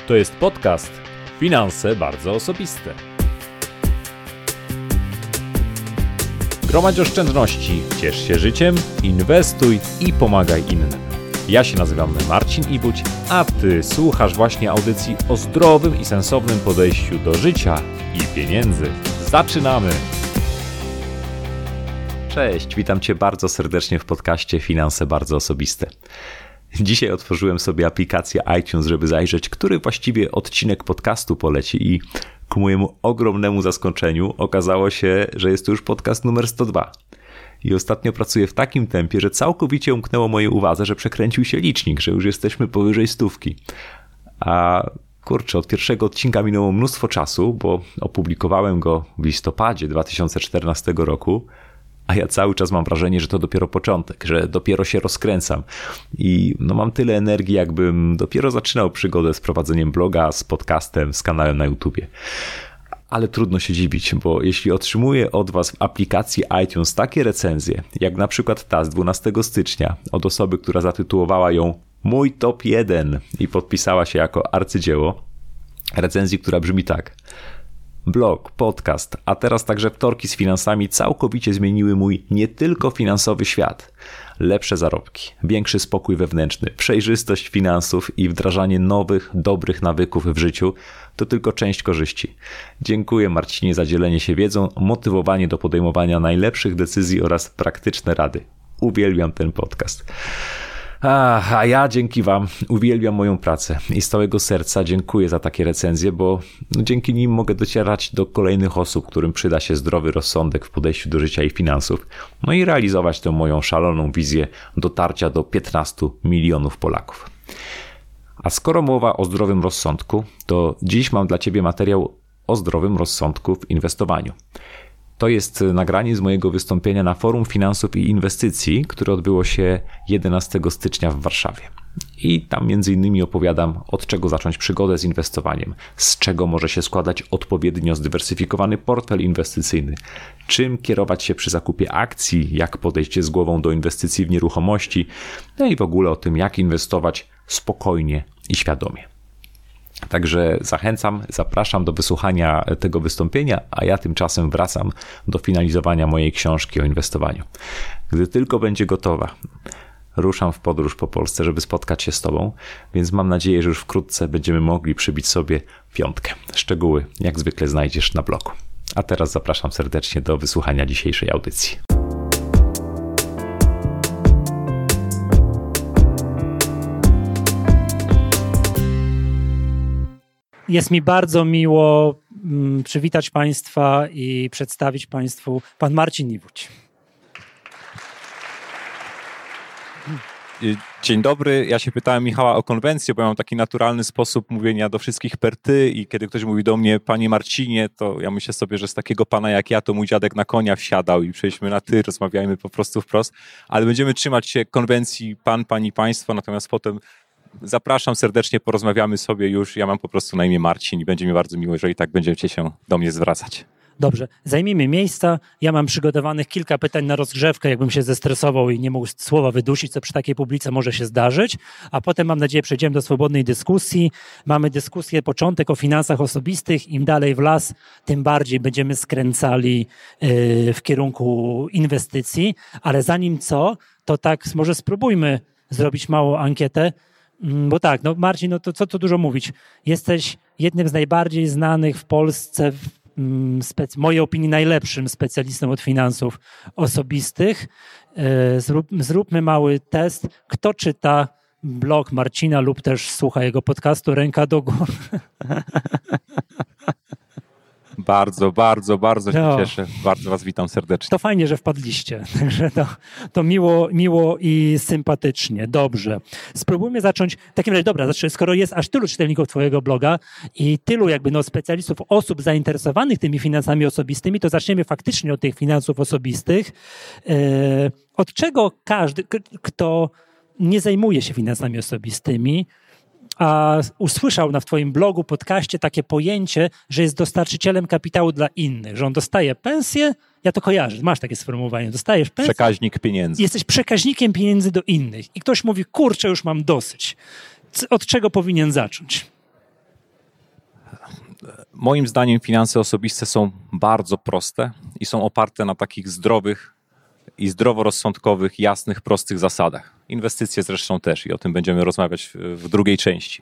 To jest podcast Finanse bardzo osobiste. Gromadź oszczędności, ciesz się życiem, inwestuj i pomagaj innym. Ja się nazywam Marcin Ibuć, a Ty słuchasz właśnie audycji o zdrowym i sensownym podejściu do życia i pieniędzy. Zaczynamy! Cześć, witam Cię bardzo serdecznie w podcaście Finanse bardzo osobiste. Dzisiaj otworzyłem sobie aplikację iTunes, żeby zajrzeć, który właściwie odcinek podcastu poleci i ku mojemu ogromnemu zaskoczeniu okazało się, że jest to już podcast numer 102. I ostatnio pracuję w takim tempie, że całkowicie umknęło mojej uwadze, że przekręcił się licznik, że już jesteśmy powyżej 100. A kurczę, od pierwszego odcinka minęło mnóstwo czasu, bo opublikowałem go w listopadzie 2014 roku, a ja cały czas mam wrażenie, że to dopiero początek, że dopiero się rozkręcam i mam tyle energii, jakbym dopiero zaczynał przygodę z prowadzeniem bloga, z podcastem, z kanałem na YouTubie. Ale trudno się dziwić, bo jeśli otrzymuję od Was w aplikacji iTunes takie recenzje, jak na przykład ta z 12 stycznia od osoby, która zatytułowała ją Mój top 1 i podpisała się jako arcydzieło, recenzji, która brzmi tak: blog, podcast, a teraz także wtorki z finansami całkowicie zmieniły mój nie tylko finansowy świat. Lepsze zarobki, większy spokój wewnętrzny, przejrzystość finansów i wdrażanie nowych, dobrych nawyków w życiu to tylko część korzyści. Dziękuję Marcinie za dzielenie się wiedzą, motywowanie do podejmowania najlepszych decyzji oraz praktyczne rady. Uwielbiam ten podcast. A ja dzięki Wam uwielbiam moją pracę i z całego serca dziękuję za takie recenzje, bo dzięki nim mogę docierać do kolejnych osób, którym przyda się zdrowy rozsądek w podejściu do życia i finansów, i realizować tę moją szaloną wizję dotarcia do 15 milionów Polaków. A skoro mowa o zdrowym rozsądku, to dziś mam dla Ciebie materiał o zdrowym rozsądku w inwestowaniu. To jest nagranie z mojego wystąpienia na Forum Finansów i Inwestycji, które odbyło się 11 stycznia w Warszawie. I tam między innymi opowiadam, od czego zacząć przygodę z inwestowaniem, z czego może się składać odpowiednio zdywersyfikowany portfel inwestycyjny, czym kierować się przy zakupie akcji, jak podejść z głową do inwestycji w nieruchomości, i w ogóle o tym, jak inwestować spokojnie i świadomie. Także zapraszam do wysłuchania tego wystąpienia, a ja tymczasem wracam do finalizowania mojej książki o inwestowaniu. Gdy tylko będzie gotowa, ruszam w podróż po Polsce, żeby spotkać się z Tobą, więc mam nadzieję, że już wkrótce będziemy mogli przybić sobie 5. Szczegóły jak zwykle znajdziesz na blogu. A teraz zapraszam serdecznie do wysłuchania dzisiejszej audycji. Jest mi bardzo miło przywitać Państwa i przedstawić Państwu pan Marcin Ibuć. Dzień dobry. Ja się pytałem Michała o konwencję, bo ja mam taki naturalny sposób mówienia do wszystkich per ty i kiedy ktoś mówi do mnie Panie Marcinie, to ja myślę sobie, że z takiego pana jak ja to mój dziadek na konia wsiadał i przejdźmy na ty, rozmawiajmy po prostu wprost, ale będziemy trzymać się konwencji pan, pani, państwo, natomiast potem zapraszam serdecznie, porozmawiamy sobie już. Ja mam po prostu na imię Marcin i będzie mi bardzo miło, jeżeli tak będziecie się do mnie zwracać. Dobrze, zajmijmy miejsca. Ja mam przygotowanych kilka pytań na rozgrzewkę, jakbym się zestresował i nie mógł słowa wydusić, co przy takiej publice może się zdarzyć. A potem, mam nadzieję, przejdziemy do swobodnej dyskusji. Mamy dyskusję, początek o finansach osobistych. Im dalej w las, tym bardziej będziemy skręcali w kierunku inwestycji. Ale zanim to tak może spróbujmy zrobić małą ankietę. Bo tak, Marcin, to co tu dużo mówić. Jesteś jednym z najbardziej znanych w Polsce, w mojej opinii najlepszym specjalistą od finansów osobistych. Zróbmy mały test. Kto czyta blog Marcina lub też słucha jego podcastu? Ręka do góry. Bardzo się cieszę. Bardzo Was witam serdecznie. To fajnie, że wpadliście. Także to miło i sympatycznie. Dobrze. Spróbujmy zacząć. W takim razie, dobra, skoro jest aż tylu czytelników Twojego bloga i tylu specjalistów, osób zainteresowanych tymi finansami osobistymi, to zaczniemy faktycznie od tych finansów osobistych. Od czego każdy, kto nie zajmuje się finansami osobistymi, a usłyszał w Twoim blogu, podcaście takie pojęcie, że jest dostarczycielem kapitału dla innych, że on dostaje pensję, ja to kojarzę, masz takie sformułowanie, dostajesz pensję. Przekaźnik pieniędzy. Jesteś przekaźnikiem pieniędzy do innych i ktoś mówi, kurczę, już mam dosyć. Od czego powinien zacząć? Moim zdaniem finanse osobiste są bardzo proste i są oparte na takich zdrowych i zdroworozsądkowych, jasnych, prostych zasadach. Inwestycje zresztą też i o tym będziemy rozmawiać w drugiej części.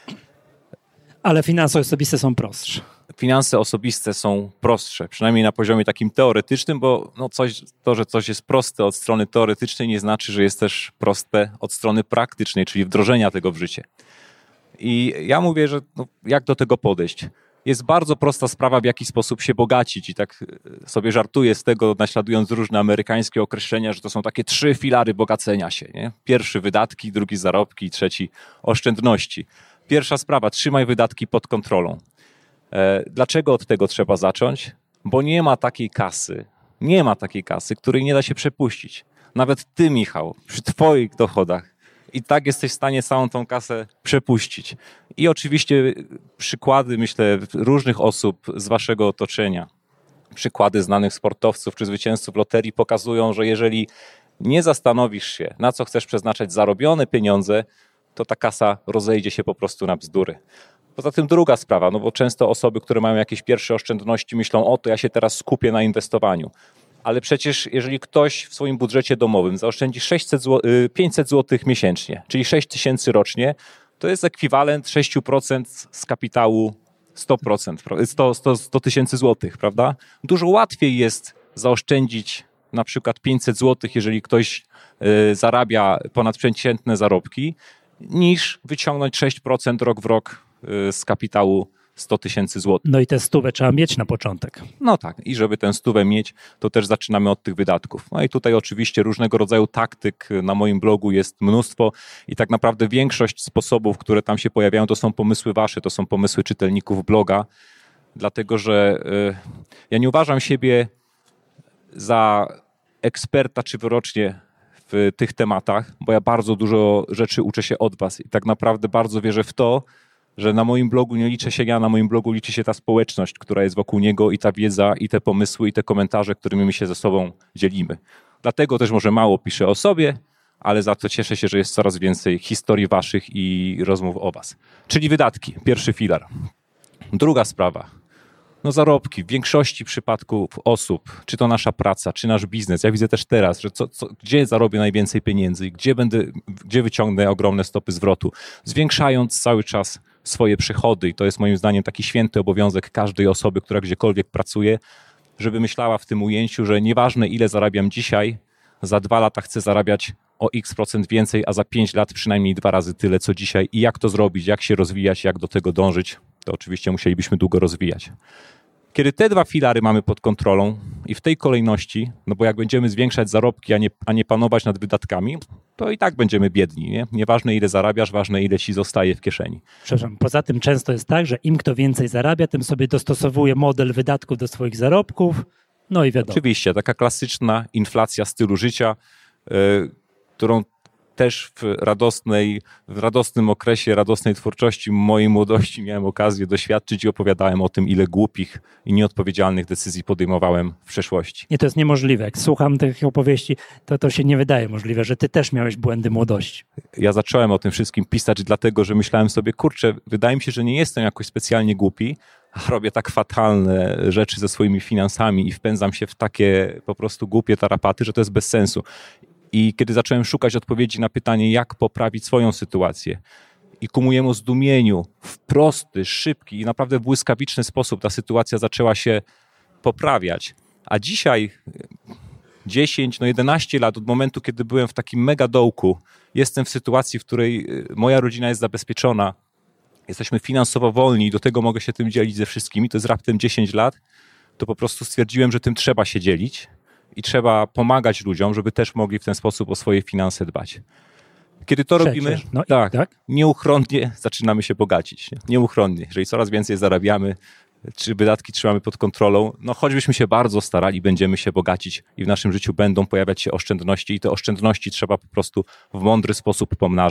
Ale finanse osobiste są prostsze. Finanse osobiste są prostsze, przynajmniej na poziomie takim teoretycznym, bo to, że coś jest proste od strony teoretycznej, nie znaczy, że jest też proste od strony praktycznej, czyli wdrożenia tego w życie. I ja mówię, że jak do tego podejść? Jest bardzo prosta sprawa, w jaki sposób się bogacić i tak sobie żartuję z tego, naśladując różne amerykańskie określenia, że to są takie 3 filary bogacenia się. Nie? Pierwszy wydatki, drugi zarobki, trzeci oszczędności. Pierwsza sprawa, trzymaj wydatki pod kontrolą. Dlaczego od tego trzeba zacząć? Bo nie ma takiej kasy, której nie da się przepuścić. Nawet ty, Michał, przy twoich dochodach i tak jesteś w stanie całą tą kasę przepuścić. I oczywiście przykłady, myślę, różnych osób z waszego otoczenia, przykłady znanych sportowców czy zwycięzców loterii pokazują, że jeżeli nie zastanowisz się, na co chcesz przeznaczać zarobione pieniądze, to ta kasa rozejdzie się po prostu na bzdury. Poza tym druga sprawa, bo często osoby, które mają jakieś pierwsze oszczędności myślą, to ja się teraz skupię na inwestowaniu. Ale przecież jeżeli ktoś w swoim budżecie domowym zaoszczędzi 500 zł miesięcznie, czyli 6 tysięcy rocznie, to jest ekwiwalent 6% z kapitału 100 tysięcy złotych, prawda? Dużo łatwiej jest zaoszczędzić na przykład 500 zł, jeżeli ktoś zarabia ponadprzeciętne zarobki, niż wyciągnąć 6% rok w rok z kapitału 100 tysięcy złotych. No i tę 100 trzeba mieć na początek. No tak, i żeby tę 100 mieć, to też zaczynamy od tych wydatków. No i tutaj oczywiście różnego rodzaju taktyk na moim blogu jest mnóstwo i tak naprawdę większość sposobów, które tam się pojawiają, to są pomysły wasze, to są pomysły czytelników bloga, dlatego że ja nie uważam siebie za eksperta czy wyrocznie w tych tematach, bo ja bardzo dużo rzeczy uczę się od was i tak naprawdę bardzo wierzę w to, że na moim blogu nie liczę się ja, na moim blogu liczy się ta społeczność, która jest wokół niego i ta wiedza, i te pomysły, i te komentarze, którymi my się ze sobą dzielimy. Dlatego też może mało piszę o sobie, ale za to cieszę się, że jest coraz więcej historii waszych i rozmów o was. Czyli wydatki, pierwszy filar. Druga sprawa. Zarobki. W większości przypadków osób, czy to nasza praca, czy nasz biznes, ja widzę też teraz, że gdzie zarobię najwięcej pieniędzy, gdzie wyciągnę ogromne stopy zwrotu, zwiększając cały czas swoje przychody i to jest moim zdaniem taki święty obowiązek każdej osoby, która gdziekolwiek pracuje, żeby myślała w tym ujęciu, że nieważne ile zarabiam dzisiaj, za 2 lata chcę zarabiać o x% więcej, a za 5 lat przynajmniej 2 razy tyle, co dzisiaj. I jak to zrobić, jak się rozwijać, jak do tego dążyć, to oczywiście musielibyśmy długo rozwijać. Kiedy te 2 filary mamy pod kontrolą i w tej kolejności, bo jak będziemy zwiększać zarobki, a nie panować nad wydatkami, to i tak będziemy biedni. Nie? Nieważne ile zarabiasz, ważne ile ci zostaje w kieszeni. Przepraszam, poza tym często jest tak, że im kto więcej zarabia, tym sobie dostosowuje model wydatków do swoich zarobków, no i wiadomo. Oczywiście, taka klasyczna inflacja stylu życia, którą też w radosnym okresie, radosnej twórczości mojej młodości miałem okazję doświadczyć i opowiadałem o tym, ile głupich i nieodpowiedzialnych decyzji podejmowałem w przeszłości. Nie, to jest niemożliwe. Jak słucham tych opowieści, to się nie wydaje możliwe, że ty też miałeś błędy młodości. Ja zacząłem o tym wszystkim pisać dlatego, że myślałem sobie, kurczę, wydaje mi się, że nie jestem jakoś specjalnie głupi, a robię tak fatalne rzeczy ze swoimi finansami i wpędzam się w takie po prostu głupie tarapaty, że to jest bez sensu. I kiedy zacząłem szukać odpowiedzi na pytanie, jak poprawić swoją sytuację i ku mojemu zdumieniu w prosty, szybki i naprawdę błyskawiczny sposób ta sytuacja zaczęła się poprawiać. A dzisiaj 11 lat od momentu, kiedy byłem w takim mega dołku, jestem w sytuacji, w której moja rodzina jest zabezpieczona, jesteśmy finansowo wolni i do tego mogę się tym dzielić ze wszystkimi, to jest raptem 10 lat, to po prostu stwierdziłem, że tym trzeba się dzielić. I trzeba pomagać ludziom, żeby też mogli w ten sposób o swoje finanse dbać. Kiedy to robimy, nieuchronnie zaczynamy się bogacić. Nieuchronnie. Jeżeli coraz więcej zarabiamy, czy wydatki trzymamy pod kontrolą, choćbyśmy się bardzo starali, będziemy się bogacić i w naszym życiu będą pojawiać się oszczędności i te oszczędności trzeba po prostu w mądry sposób pomnażać,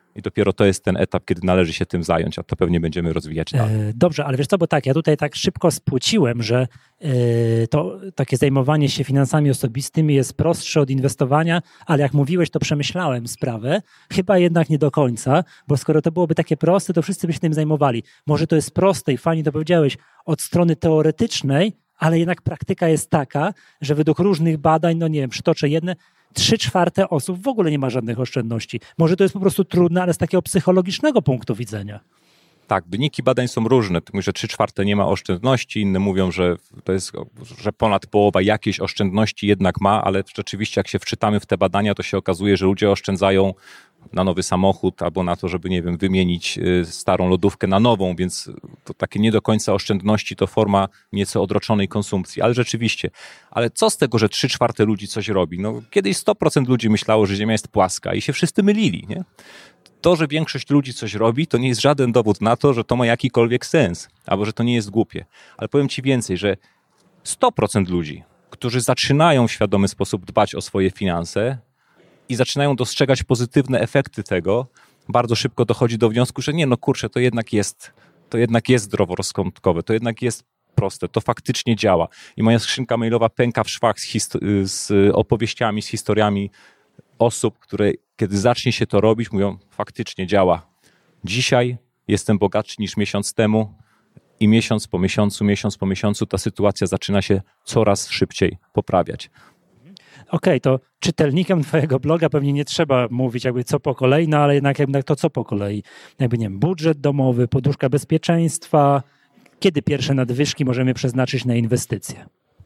I dopiero to jest ten etap, kiedy należy się tym zająć, a to pewnie będziemy rozwijać dalej. Dobrze, ale wiesz co, bo tak, ja tutaj tak szybko spłuciłem, że to takie zajmowanie się finansami osobistymi jest prostsze od inwestowania, ale jak mówiłeś, to przemyślałem sprawę. Chyba jednak nie do końca, bo skoro to byłoby takie proste, to wszyscy by się tym zajmowali. Może to jest proste i fajnie to powiedziałeś od strony teoretycznej, ale jednak praktyka jest taka, że według różnych badań, no nie wiem, przytoczę jedne, 3/4 osób w ogóle nie ma żadnych oszczędności. Może to jest po prostu trudne, ale z takiego psychologicznego punktu widzenia. Tak, wyniki badań są różne. Ty mówisz, że 3/4 nie ma oszczędności, inne mówią, że to jest, że ponad połowa jakiejś oszczędności jednak ma, ale rzeczywiście jak się wczytamy w te badania, to się okazuje, że ludzie oszczędzają na nowy samochód albo na to, żeby, nie wiem, wymienić starą lodówkę na nową, więc to takie nie do końca oszczędności to forma nieco odroczonej konsumpcji, ale rzeczywiście. Ale co z tego, że 3/4 ludzi coś robi? No, kiedyś 100% ludzi myślało, że Ziemia jest płaska i się wszyscy mylili, nie? To, że większość ludzi coś robi, to nie jest żaden dowód na to, że to ma jakikolwiek sens, albo że to nie jest głupie. Ale powiem ci więcej, że 100% ludzi, którzy zaczynają w świadomy sposób dbać o swoje finanse i zaczynają dostrzegać pozytywne efekty tego, bardzo szybko dochodzi do wniosku, że nie, no kurczę, to jednak jest zdroworozsądkowe, to jednak jest proste, to faktycznie działa. I moja skrzynka mailowa pęka w szwach z opowieściami, z historiami osób, które kiedy zacznie się to robić, mówią, faktycznie działa. Dzisiaj jestem bogatszy niż miesiąc temu i miesiąc po miesiącu ta sytuacja zaczyna się coraz szybciej poprawiać. Okej, to czytelnikom twojego bloga pewnie nie trzeba mówić jakby co po kolei, no ale jednak to co po kolei. Jakby nie wiem, budżet domowy, poduszka bezpieczeństwa. Kiedy pierwsze nadwyżki możemy przeznaczyć na inwestycje?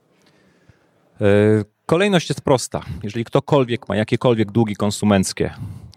Kolejność jest prosta. Jeżeli ktokolwiek ma jakiekolwiek długi konsumenckie,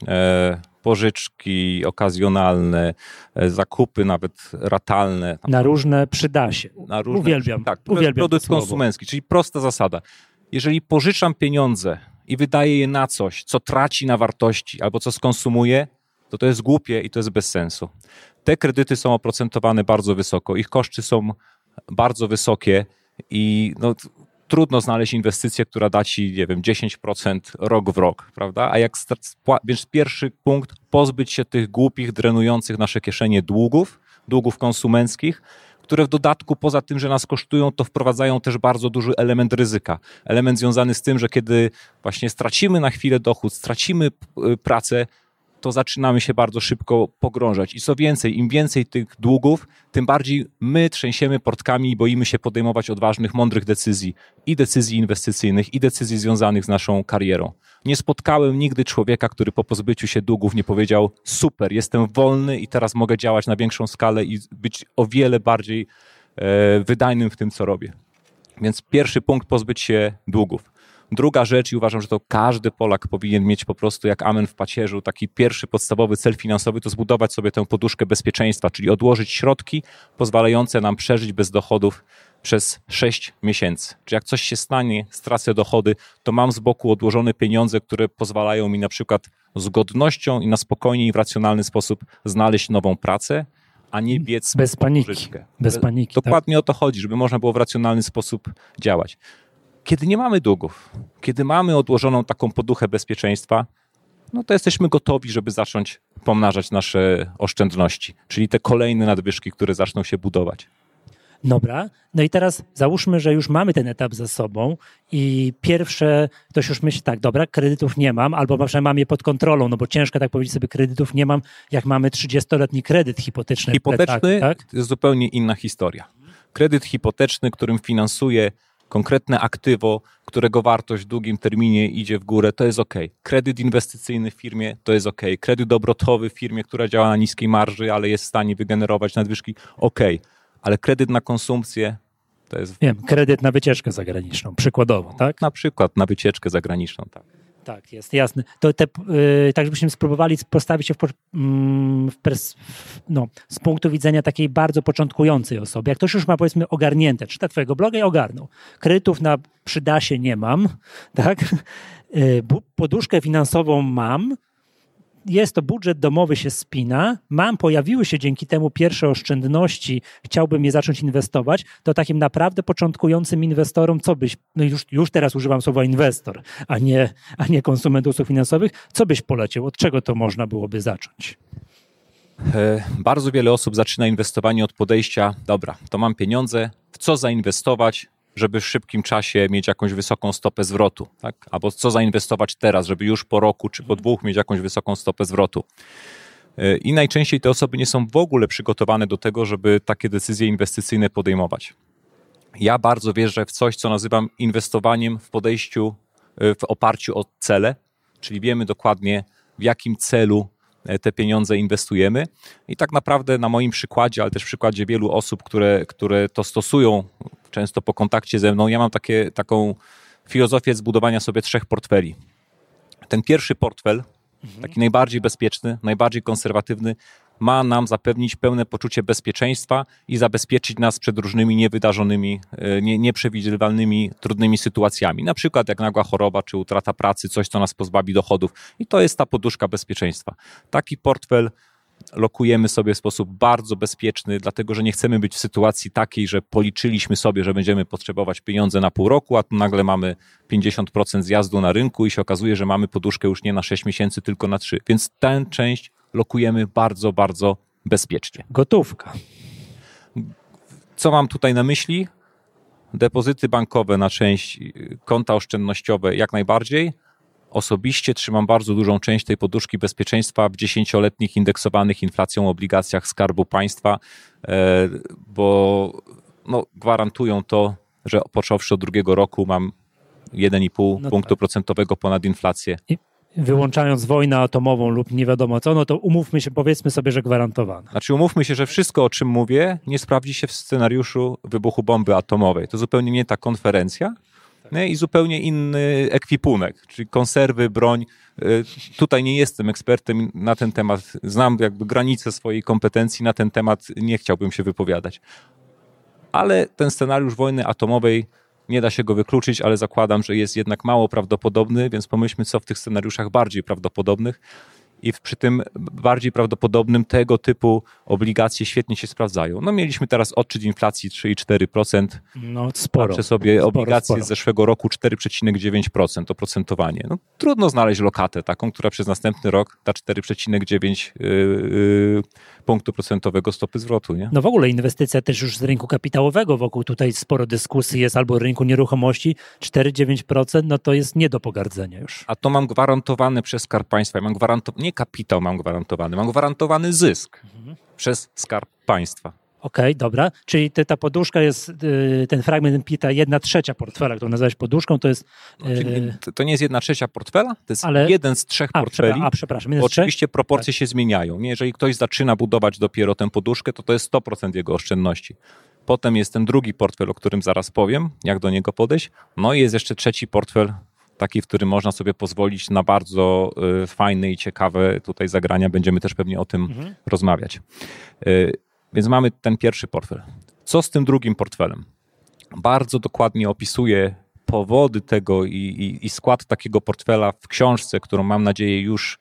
pożyczki okazjonalne, zakupy nawet ratalne. Na różne przyda się. Uwielbiam. Tak, uwielbiam produkt konsumencki, czyli prosta zasada. Jeżeli pożyczam pieniądze i wydaję je na coś, co traci na wartości albo co skonsumuję, to jest głupie i to jest bez sensu. Te kredyty są oprocentowane bardzo wysoko, ich koszty są bardzo wysokie i trudno znaleźć inwestycję, która da ci, nie wiem, 10% rok w rok, prawda? Więc pierwszy punkt, pozbyć się tych głupich, drenujących nasze kieszenie długów konsumenckich, które w dodatku poza tym, że nas kosztują, to wprowadzają też bardzo duży element ryzyka. Element związany z tym, że kiedy właśnie stracimy na chwilę dochód, stracimy pracę, to zaczynamy się bardzo szybko pogrążać. I co więcej, im więcej tych długów, tym bardziej my trzęsiemy portkami i boimy się podejmować odważnych, mądrych decyzji. I decyzji inwestycyjnych, i decyzji związanych z naszą karierą. Nie spotkałem nigdy człowieka, który po pozbyciu się długów nie powiedział: super, jestem wolny i teraz mogę działać na większą skalę i być o wiele bardziej wydajnym w tym, co robię. Więc pierwszy punkt, pozbyć się długów. Druga rzecz, i uważam, że to każdy Polak powinien mieć po prostu jak amen w pacierzu, taki pierwszy podstawowy cel finansowy, to zbudować sobie tę poduszkę bezpieczeństwa, czyli odłożyć środki pozwalające nam przeżyć bez dochodów przez 6 miesięcy. Czy jak coś się stanie, stracę dochody, to mam z boku odłożone pieniądze, które pozwalają mi na przykład z godnością i na spokojnie i w racjonalny sposób znaleźć nową pracę, a nie biec bez paniki. Pożyczkę. Bez paniki. Dokładnie o to chodzi, żeby można było w racjonalny sposób działać. Kiedy nie mamy długów, kiedy mamy odłożoną taką poduchę bezpieczeństwa, to jesteśmy gotowi, żeby zacząć pomnażać nasze oszczędności, czyli te kolejne nadwyżki, które zaczną się budować. Dobra, no i teraz załóżmy, że już mamy ten etap za sobą i pierwsze, ktoś już myśli tak, dobra, kredytów nie mam, albo przynajmniej mam je pod kontrolą, bo ciężko tak powiedzieć sobie, kredytów nie mam, jak mamy 30-letni kredyt hipoteczny. Hipoteczny tak? To jest zupełnie inna historia. Kredyt hipoteczny, którym finansuje konkretne aktywo, którego wartość w długim terminie idzie w górę, to jest ok. Kredyt inwestycyjny w firmie, to jest ok. Kredyt obrotowy w firmie, która działa na niskiej marży, ale jest w stanie wygenerować nadwyżki, ok. Ale kredyt na konsumpcję to jest... Wiem, kredyt na wycieczkę zagraniczną, przykładowo, tak? Na przykład na wycieczkę zagraniczną, tak. Tak, jest jasne. To tak, żebyśmy spróbowali postawić się z punktu widzenia takiej bardzo początkującej osoby. Jak ktoś już ma, powiedzmy, ogarnięte, czyta twojego bloga i ogarnął. Kredytów na przyda się nie mam, tak? Poduszkę finansową mam, jest to budżet domowy się spina, pojawiły się dzięki temu pierwsze oszczędności, chciałbym je zacząć inwestować, to takim naprawdę początkującym inwestorom, no już teraz używam słowa inwestor, a nie konsument usług finansowych, co byś polecił? Od czego to można byłoby zacząć? Bardzo wiele osób zaczyna inwestowanie od podejścia, dobra, to mam pieniądze, w co zainwestować, żeby w szybkim czasie mieć jakąś wysoką stopę zwrotu, tak? Albo co zainwestować teraz, żeby już po roku czy po 2 mieć jakąś wysoką stopę zwrotu. I najczęściej te osoby nie są w ogóle przygotowane do tego, żeby takie decyzje inwestycyjne podejmować. Ja bardzo wierzę w coś, co nazywam inwestowaniem w podejściu, w oparciu o cele, czyli wiemy dokładnie, w jakim celu te pieniądze inwestujemy. I tak naprawdę na moim przykładzie, ale też w przykładzie wielu osób, które to stosują, często po kontakcie ze mną, ja mam taką filozofię zbudowania sobie 3 portfeli. Ten pierwszy portfel, taki najbardziej bezpieczny, najbardziej konserwatywny, ma nam zapewnić pełne poczucie bezpieczeństwa i zabezpieczyć nas przed różnymi niewydarzonymi, nieprzewidywalnymi, trudnymi sytuacjami. Na przykład jak nagła choroba czy utrata pracy, coś, co nas pozbawi dochodów. I to jest ta poduszka bezpieczeństwa. Taki portfel lokujemy sobie w sposób bardzo bezpieczny, dlatego że nie chcemy być w sytuacji takiej, że policzyliśmy sobie, że będziemy potrzebować pieniądze na pół roku, a tu nagle mamy 50% zjazdu na rynku i się okazuje, że mamy poduszkę już nie na 6 miesięcy, tylko na 3. Więc tę część lokujemy bardzo, bardzo bezpiecznie. Gotówka. Co mam tutaj na myśli? Depozyty bankowe na część, konta oszczędnościowe jak najbardziej. Osobiście trzymam bardzo dużą część tej poduszki bezpieczeństwa w 10-letnich indeksowanych inflacją obligacjach Skarbu Państwa, bo gwarantują to, że począwszy od 2 roku mam 1,5 punktu procentowego ponad inflację. Wyłączając wojnę atomową lub nie wiadomo co, no to umówmy się, powiedzmy sobie, że gwarantowane. Znaczy umówmy się, że wszystko, o czym mówię, nie sprawdzi się w scenariuszu wybuchu bomby atomowej. To zupełnie nie ta konferencja i zupełnie inny ekwipunek, czyli konserwy, broń. Tutaj nie jestem ekspertem na ten temat. Znam jakby granice swojej kompetencji na ten temat, nie chciałbym się wypowiadać. Ale ten scenariusz wojny atomowej nie da się go wykluczyć, ale zakładam, że jest jednak mało prawdopodobny, więc pomyślmy, co w tych scenariuszach bardziej prawdopodobnych. I przy tym bardziej prawdopodobnym tego typu obligacje świetnie się sprawdzają. No mieliśmy teraz odczyt inflacji 3,4%. No sporo. Patrzę sobie obligacje z zeszłego roku 4,9% oprocentowanie. No, trudno znaleźć lokatę taką, która przez następny rok da 4,9 punktu procentowego stopy zwrotu. Nie? No w ogóle inwestycja też już z rynku kapitałowego, wokół tutaj sporo dyskusji jest, albo rynku nieruchomości, 4,9%, no to jest nie do pogardzenia już. A to mam gwarantowane przez Skarb Państwa. Ja mam nie kapitał mam gwarantowany zysk przez Skarb Państwa. Okej, dobra. Czyli ta poduszka jest, ten fragment PIT-a 1/3 portfela, którą nazwałeś poduszką, to jest... To nie jest 1/3 portfela, to jest jeden z 3 portfeli. Przepraszam. Oczywiście proporcje się zmieniają. Nie? Jeżeli ktoś zaczyna budować dopiero tę poduszkę, to jest 100% jego oszczędności. Potem jest ten drugi portfel, o którym zaraz powiem, jak do niego podejść. No i jest jeszcze trzeci portfel, taki, w którym można sobie pozwolić na bardzo fajne i ciekawe tutaj zagrania. Będziemy też pewnie o tym rozmawiać. Więc mamy ten pierwszy portfel. Co z tym drugim portfelem? Bardzo dokładnie opisuję powody tego i skład takiego portfela w książce, którą mam nadzieję już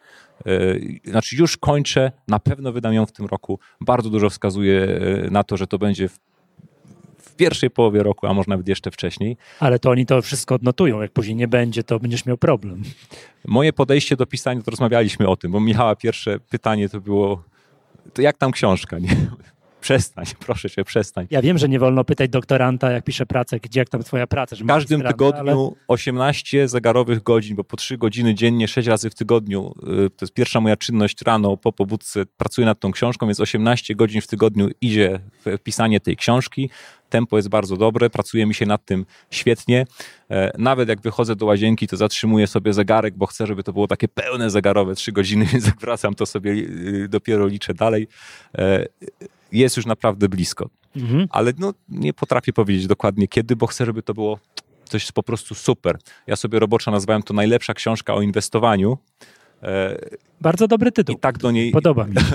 kończę. Na pewno wydam ją w tym roku. Bardzo dużo wskazuje na to, że to będzie w pierwszej połowie roku, a może nawet jeszcze wcześniej. Ale to oni to wszystko odnotują. Jak później nie będzie, to będziesz miał problem. Moje podejście do pisania, to rozmawialiśmy o tym, bo Michała pierwsze pytanie to było, to jak tam książka, nie? Przestań, proszę cię, przestań. Ja wiem, że nie wolno pytać doktoranta, jak pisze pracę, jak tam twoja praca. W każdym tygodniu 18 zegarowych godzin, bo po 3 godziny dziennie, 6 razy w tygodniu, to jest pierwsza moja czynność rano po pobudce, pracuję nad tą książką, więc 18 godzin w tygodniu idzie w pisanie tej książki. Tempo jest bardzo dobre, pracuje mi się nad tym świetnie. Nawet jak wychodzę do łazienki, to zatrzymuję sobie zegarek, bo chcę, żeby to było takie pełne zegarowe 3 godziny, więc jak wracam, to sobie dopiero liczę dalej. Jest już naprawdę blisko. Ale nie potrafię powiedzieć dokładnie kiedy, bo chcę, żeby to było coś po prostu super. Ja sobie roboczo nazwałem to najlepsza książka o inwestowaniu. Bardzo dobry tytuł. I tak do niej... Podoba mi się.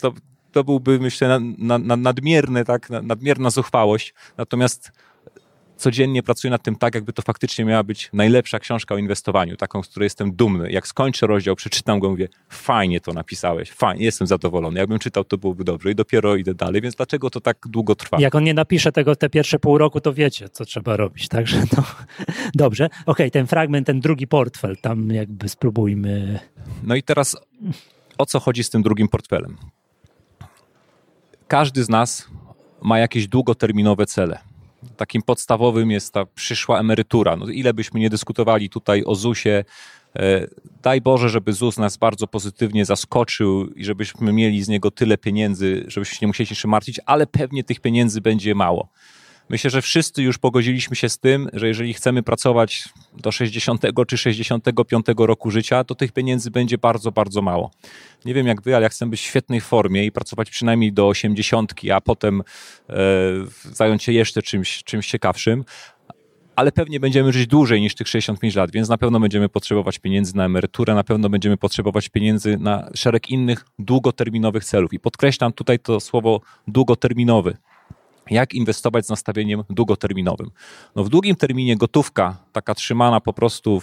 To byłby, myślę, nadmierna zuchwałość. Natomiast codziennie pracuję nad tym tak, jakby to faktycznie miała być najlepsza książka o inwestowaniu, taką, z której jestem dumny. Jak skończę rozdział, przeczytam go, mówię, fajnie to napisałeś, fajnie, jestem zadowolony. Jakbym czytał, to byłoby dobrze i dopiero idę dalej, więc dlaczego to tak długo trwa? Jak on nie napisze tego te pierwsze pół roku, to wiecie, co trzeba robić, także no dobrze. Okej, ten fragment, ten drugi portfel, tam jakby spróbujmy. No i teraz o co chodzi z tym drugim portfelem? Każdy z nas ma jakieś długoterminowe cele. Takim podstawowym jest ta przyszła emerytura. No, ile byśmy nie dyskutowali tutaj o ZUS-ie, daj Boże, żeby ZUS nas bardzo pozytywnie zaskoczył i żebyśmy mieli z niego tyle pieniędzy, żebyśmy się nie musieli się martwić, ale pewnie tych pieniędzy będzie mało. Myślę, że wszyscy już pogodziliśmy się z tym, że jeżeli chcemy pracować do 60 czy 65 roku życia, to tych pieniędzy będzie bardzo, bardzo mało. Nie wiem jak wy, ale ja chcę być w świetnej formie i pracować przynajmniej do 80, a potem zająć się jeszcze czymś ciekawszym. Ale pewnie będziemy żyć dłużej niż tych 65 lat, więc na pewno będziemy potrzebować pieniędzy na emeryturę, na pewno będziemy potrzebować pieniędzy na szereg innych długoterminowych celów. I podkreślam tutaj to słowo długoterminowy. Jak inwestować z nastawieniem długoterminowym? No w długim terminie gotówka, taka trzymana po prostu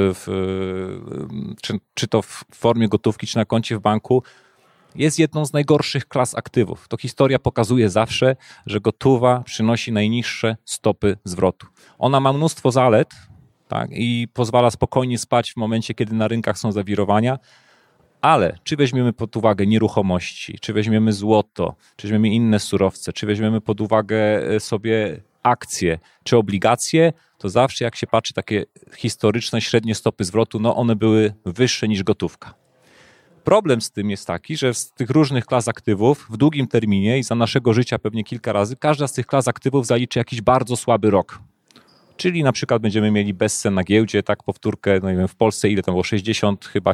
czy to w formie gotówki, czy na koncie w banku, jest jedną z najgorszych klas aktywów. To historia pokazuje zawsze, że gotowa przynosi najniższe stopy zwrotu. Ona ma mnóstwo zalet, tak, i pozwala spokojnie spać w momencie, kiedy na rynkach są zawirowania, ale czy weźmiemy pod uwagę nieruchomości, czy weźmiemy złoto, czy weźmiemy inne surowce, czy weźmiemy pod uwagę sobie akcje, czy obligacje, to zawsze jak się patrzy takie historyczne średnie stopy zwrotu, no one były wyższe niż gotówka. Problem z tym jest taki, że z tych różnych klas aktywów w długim terminie i za naszego życia pewnie kilka razy, każda z tych klas aktywów zaliczy jakiś bardzo słaby rok. Czyli na przykład będziemy mieli bezcen na giełdzie, tak powtórkę, no nie wiem, w Polsce ile tam było, 60 chyba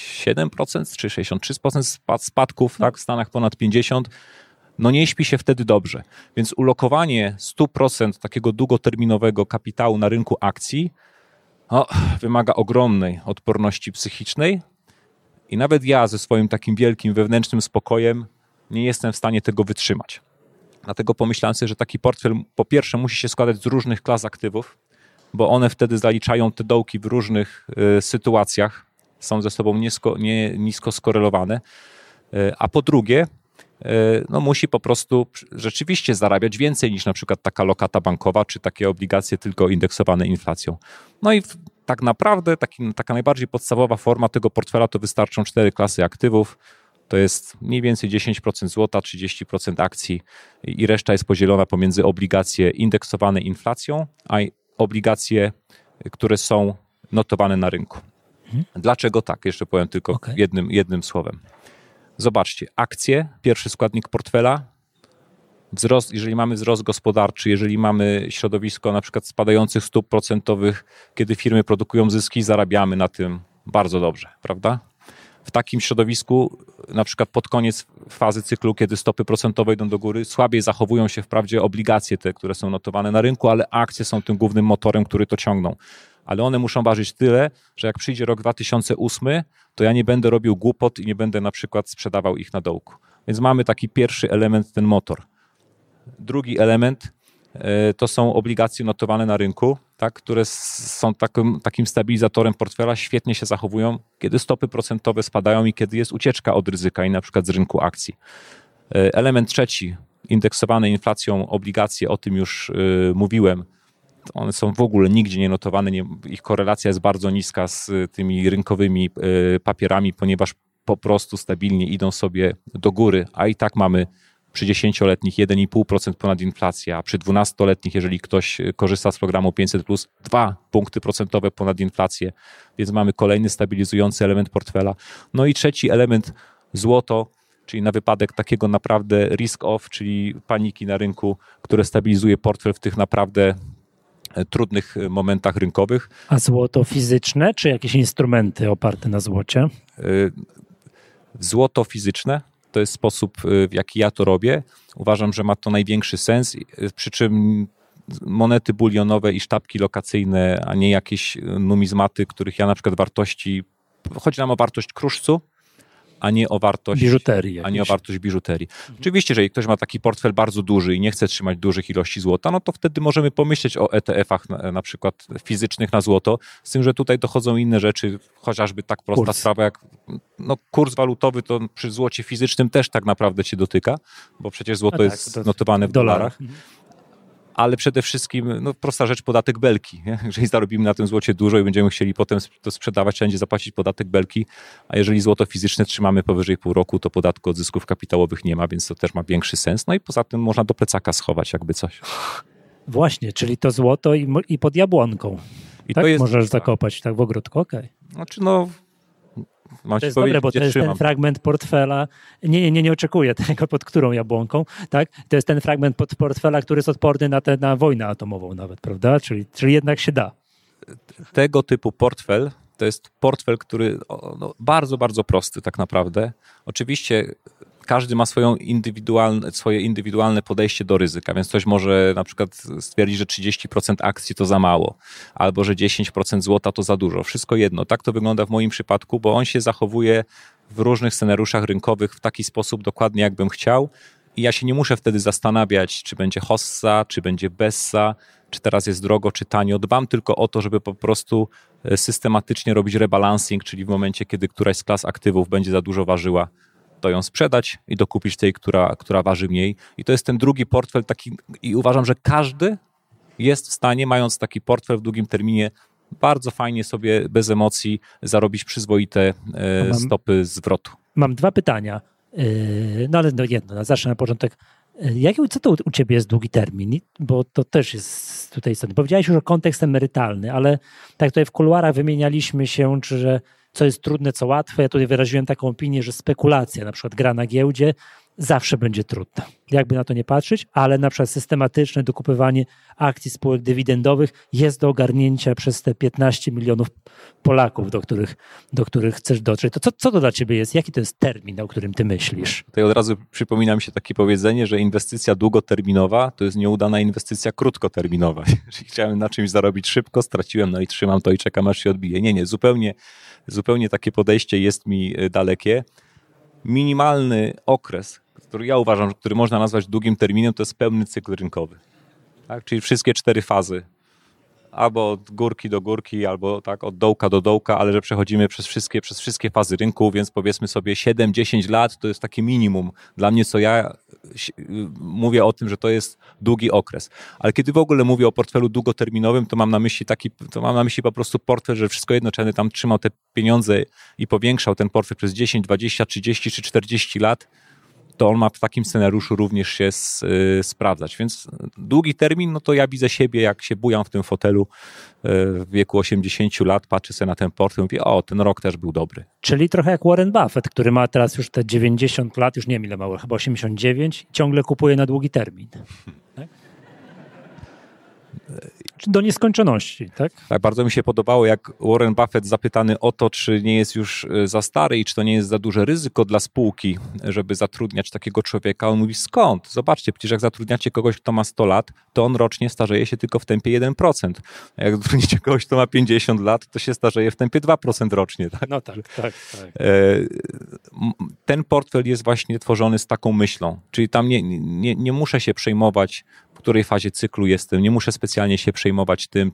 7% czy 63% spadków, tak, w Stanach ponad 50%. No nie śpi się wtedy dobrze. Więc ulokowanie 100% takiego długoterminowego kapitału na rynku akcji wymaga ogromnej odporności psychicznej i nawet ja ze swoim takim wielkim wewnętrznym spokojem nie jestem w stanie tego wytrzymać. Dlatego pomyślałem sobie, że taki portfel po pierwsze musi się składać z różnych klas aktywów, bo one wtedy zaliczają te dołki w różnych sytuacjach, są ze sobą nisko skorelowane, a po drugie no musi po prostu rzeczywiście zarabiać więcej niż na przykład taka lokata bankowa czy takie obligacje tylko indeksowane inflacją. No i tak naprawdę taka najbardziej podstawowa forma tego portfela to wystarczą 4 klasy aktywów. To jest mniej więcej 10% złota, 30% akcji i reszta jest podzielona pomiędzy obligacje indeksowane inflacją, a obligacje, które są notowane na rynku. Dlaczego tak? Jeszcze powiem tylko jednym słowem. Zobaczcie, akcje, pierwszy składnik portfela, wzrost, jeżeli mamy wzrost gospodarczy, jeżeli mamy środowisko na przykład spadających stóp procentowych, kiedy firmy produkują zyski, zarabiamy na tym bardzo dobrze, prawda? W takim środowisku, na przykład pod koniec fazy cyklu, kiedy stopy procentowe idą do góry, słabiej zachowują się wprawdzie obligacje te, które są notowane na rynku, ale akcje są tym głównym motorem, który to ciągną. Ale one muszą ważyć tyle, że jak przyjdzie rok 2008, to ja nie będę robił głupot i nie będę na przykład sprzedawał ich na dołku. Więc mamy taki pierwszy element, ten motor. Drugi element to są obligacje notowane na rynku, tak, które są takim stabilizatorem portfela, świetnie się zachowują, kiedy stopy procentowe spadają i kiedy jest ucieczka od ryzyka i na przykład z rynku akcji. Element trzeci, indeksowane inflacją obligacje, o tym już mówiłem. One są w ogóle nigdzie nie notowane, ich korelacja jest bardzo niska z tymi rynkowymi papierami, ponieważ po prostu stabilnie idą sobie do góry, a i tak mamy przy 10-letnich 1,5% ponad inflację, a przy 12-letnich, jeżeli ktoś korzysta z programu 500+, 2 punkty procentowe ponad inflację, więc mamy kolejny stabilizujący element portfela. No i trzeci element, złoto, czyli na wypadek takiego naprawdę risk-off, czyli paniki na rynku, które stabilizuje portfel w tych naprawdę trudnych momentach rynkowych. A złoto fizyczne, czy jakieś instrumenty oparte na złocie? Złoto fizyczne to jest sposób, w jaki ja to robię. Uważam, że ma to największy sens, przy czym monety bulionowe i sztabki lokacyjne, a nie jakieś numizmaty, których ja na przykład wartości, chodzi nam o wartość kruszcu, a nie o wartość biżuterii. A nie o wartość biżuterii. Oczywiście, jeżeli ktoś ma taki portfel bardzo duży i nie chce trzymać dużych ilości złota, no to wtedy możemy pomyśleć o ETF-ach na przykład fizycznych na złoto, z tym, że tutaj dochodzą inne rzeczy, chociażby tak prosta sprawa jak kurs walutowy, to przy złocie fizycznym też tak naprawdę cię dotyka, bo przecież złoto jest notowane w dolarach. Ale przede wszystkim, prosta rzecz, podatek belki. Nie? Jeżeli zarobimy na tym złocie dużo i będziemy chcieli potem to sprzedawać, trzeba będzie zapłacić podatek belki, a jeżeli złoto fizyczne trzymamy powyżej pół roku, to podatku od zysków kapitałowych nie ma, więc to też ma większy sens. No i poza tym można do plecaka schować jakby coś. Właśnie, czyli to złoto i pod jabłonką. I tak to jest, możesz zakopać tak w ogródku, okej. Znaczy to jest dobre, bo to jest ten fragment portfela, nie oczekuję tego, pod którą jabłonką, tak? To jest ten fragment portfela, który jest odporny na wojnę atomową nawet, prawda? Czyli jednak się da. Tego typu portfel to jest portfel, który bardzo, bardzo prosty tak naprawdę. Oczywiście każdy ma swoje indywidualne podejście do ryzyka, więc ktoś może na przykład stwierdzić, że 30% akcji to za mało, albo że 10% złota to za dużo. Wszystko jedno. Tak to wygląda w moim przypadku, bo on się zachowuje w różnych scenariuszach rynkowych w taki sposób dokładnie, jakbym chciał i ja się nie muszę wtedy zastanawiać, czy będzie hossa, czy będzie bessa, czy teraz jest drogo, czy tanio. Dbam tylko o to, żeby po prostu systematycznie robić rebalancing, czyli w momencie, kiedy któraś z klas aktywów będzie za dużo ważyła, to ją sprzedać i dokupić tej, która waży mniej. I to jest ten drugi portfel taki i uważam, że każdy jest w stanie, mając taki portfel w długim terminie, bardzo fajnie sobie bez emocji zarobić przyzwoite stopy zwrotu. Mam dwa pytania, ale jedno, zacznę na początek. Co to u ciebie jest długi termin? Bo to też jest tutaj istotne. Powiedziałeś już o kontekst emerytalny, ale tak tutaj w kuluarach wymienialiśmy się, że co jest trudne, co łatwe. Ja tutaj wyraziłem taką opinię, że spekulacja, na przykład gra na giełdzie, zawsze będzie trudna. Jakby na to nie patrzeć, ale na przykład systematyczne dokupywanie akcji spółek dywidendowych jest do ogarnięcia przez te 15 milionów Polaków, do których chcesz dotrzeć. To co to dla ciebie jest? Jaki to jest termin, o którym ty myślisz? Tutaj od razu przypomina mi się takie powiedzenie, że inwestycja długoterminowa to jest nieudana inwestycja krótkoterminowa. Jeżeli chciałem na czymś zarobić szybko, straciłem, i trzymam to i czekam, aż się odbije. Nie, zupełnie takie podejście jest mi dalekie. Minimalny okres, który ja uważam, który można nazwać długim terminem, to jest pełny cykl rynkowy. Tak? Czyli wszystkie 4 fazy. Albo od górki do górki, albo tak od dołka do dołka, ale że przechodzimy przez wszystkie fazy rynku, więc powiedzmy sobie 7-10 lat to jest takie minimum dla mnie, co ja mówię o tym, że to jest długi okres. Ale kiedy w ogóle mówię o portfelu długoterminowym, to mam na myśli po prostu portfel, że wszystko jedno, czy będę tam trzymał te pieniądze i powiększał ten portfel przez 10, 20, 30 czy 40 lat, to on ma w takim scenariuszu również się sprawdzać. Więc długi termin, to ja widzę siebie, jak się bujam w tym fotelu w wieku 80 lat, patrzę sobie na ten portfel i mówię, ten rok też był dobry. Czyli trochę jak Warren Buffett, który ma teraz już te 90 lat, już nie wiem ile mało, chyba 89, ciągle kupuje na długi termin. Tak? Do nieskończoności, tak? Tak, bardzo mi się podobało, jak Warren Buffett zapytany o to, czy nie jest już za stary i czy to nie jest za duże ryzyko dla spółki, żeby zatrudniać takiego człowieka. On mówi, skąd? Zobaczcie, przecież jak zatrudniacie kogoś, kto ma 100 lat, to on rocznie starzeje się tylko w tempie 1%. A jak zatrudnicie kogoś, kto ma 50 lat, to się starzeje w tempie 2% rocznie. Tak? No tak. Ten portfel jest właśnie tworzony z taką myślą, czyli tam nie muszę się przejmować, w której fazie cyklu jestem, nie muszę specjalnie się przejmować tym,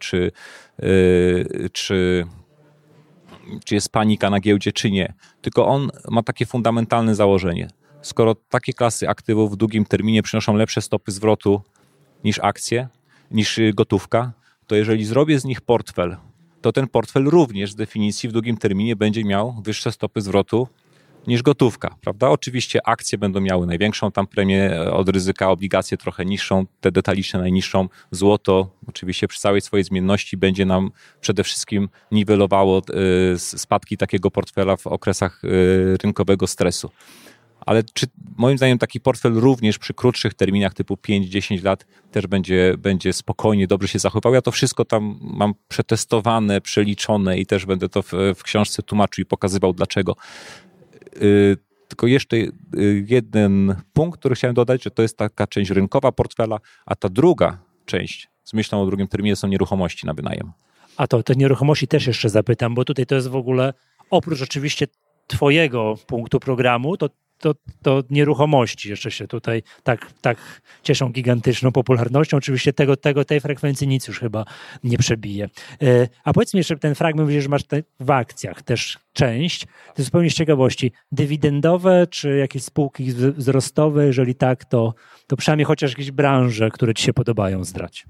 czy jest panika na giełdzie, czy nie. Tylko on ma takie fundamentalne założenie. Skoro takie klasy aktywów w długim terminie przynoszą lepsze stopy zwrotu niż akcje, niż gotówka, to jeżeli zrobię z nich portfel, to ten portfel również z definicji w długim terminie będzie miał wyższe stopy zwrotu niż gotówka, prawda? Oczywiście akcje będą miały największą tam premię od ryzyka, obligacje trochę niższą, te detaliczne najniższą, złoto oczywiście przy całej swojej zmienności będzie nam przede wszystkim niwelowało spadki takiego portfela w okresach rynkowego stresu. Ale moim zdaniem taki portfel również przy krótszych terminach typu 5-10 lat też będzie spokojnie, dobrze się zachowywał. Ja to wszystko tam mam przetestowane, przeliczone i też będę to w książce tłumaczył i pokazywał dlaczego. Tylko jeszcze jeden punkt, który chciałem dodać, że to jest taka część rynkowa portfela, a ta druga część z myślą o drugim terminie są nieruchomości na wynajem. A te nieruchomości też jeszcze zapytam, bo tutaj to jest w ogóle, oprócz oczywiście twojego punktu programu, to nieruchomości jeszcze się tutaj tak cieszą gigantyczną popularnością. Oczywiście tej frekwencji nic już chyba nie przebije. A powiedz mi jeszcze ten fragment, że masz w akcjach też część, to zupełnie z ciekawości, dywidendowe czy jakieś spółki wzrostowe? Jeżeli tak, to przynajmniej chociaż jakieś branże, które ci się podobają, zdradź.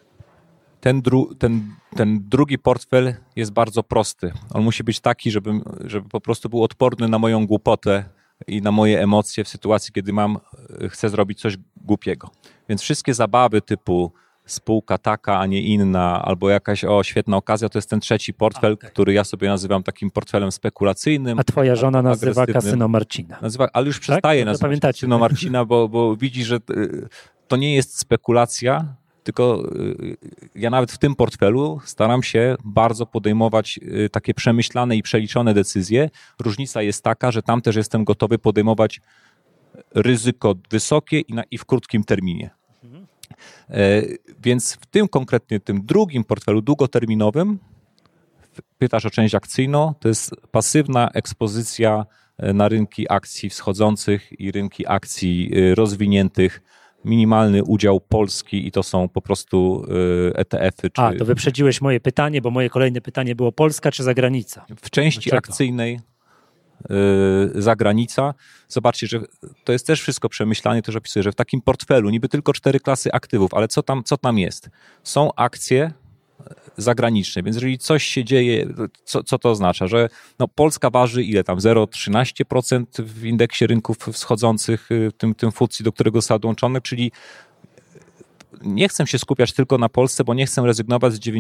Ten drugi portfel jest bardzo prosty. On musi być taki, żeby po prostu był odporny na moją głupotę i na moje emocje w sytuacji, kiedy chcę zrobić coś głupiego. Więc wszystkie zabawy typu spółka taka, a nie inna, albo jakaś świetna okazja, to jest ten trzeci portfel, który ja sobie nazywam takim portfelem spekulacyjnym. A twoja żona nazywa Kasyno Marcina. Ale już przestaje nazywać Kasyno Marcina, bo widzi, że to nie jest spekulacja, tylko ja nawet w tym portfelu staram się bardzo podejmować takie przemyślane i przeliczone decyzje. Różnica jest taka, że tam też jestem gotowy podejmować ryzyko wysokie i w krótkim terminie. Więc w tym konkretnie, tym drugim portfelu długoterminowym, pytasz o część akcyjną, to jest pasywna ekspozycja na rynki akcji wschodzących i rynki akcji rozwiniętych, minimalny udział Polski i to są po prostu ETF-y. To wyprzedziłeś moje pytanie, bo moje kolejne pytanie było Polska czy zagranica? W części akcyjnej zagranica. Zobaczcie, że to jest też wszystko przemyślane, też opisuję, że w takim portfelu niby tylko 4 klasy aktywów, ale co tam jest? Są akcje zagraniczne, więc jeżeli coś się dzieje, co to oznacza? Że Polska waży ile tam? 0,13% w indeksie rynków wschodzących, tym FTSE, do którego został dołączony, czyli nie chcę się skupiać tylko na Polsce, bo nie chcę rezygnować z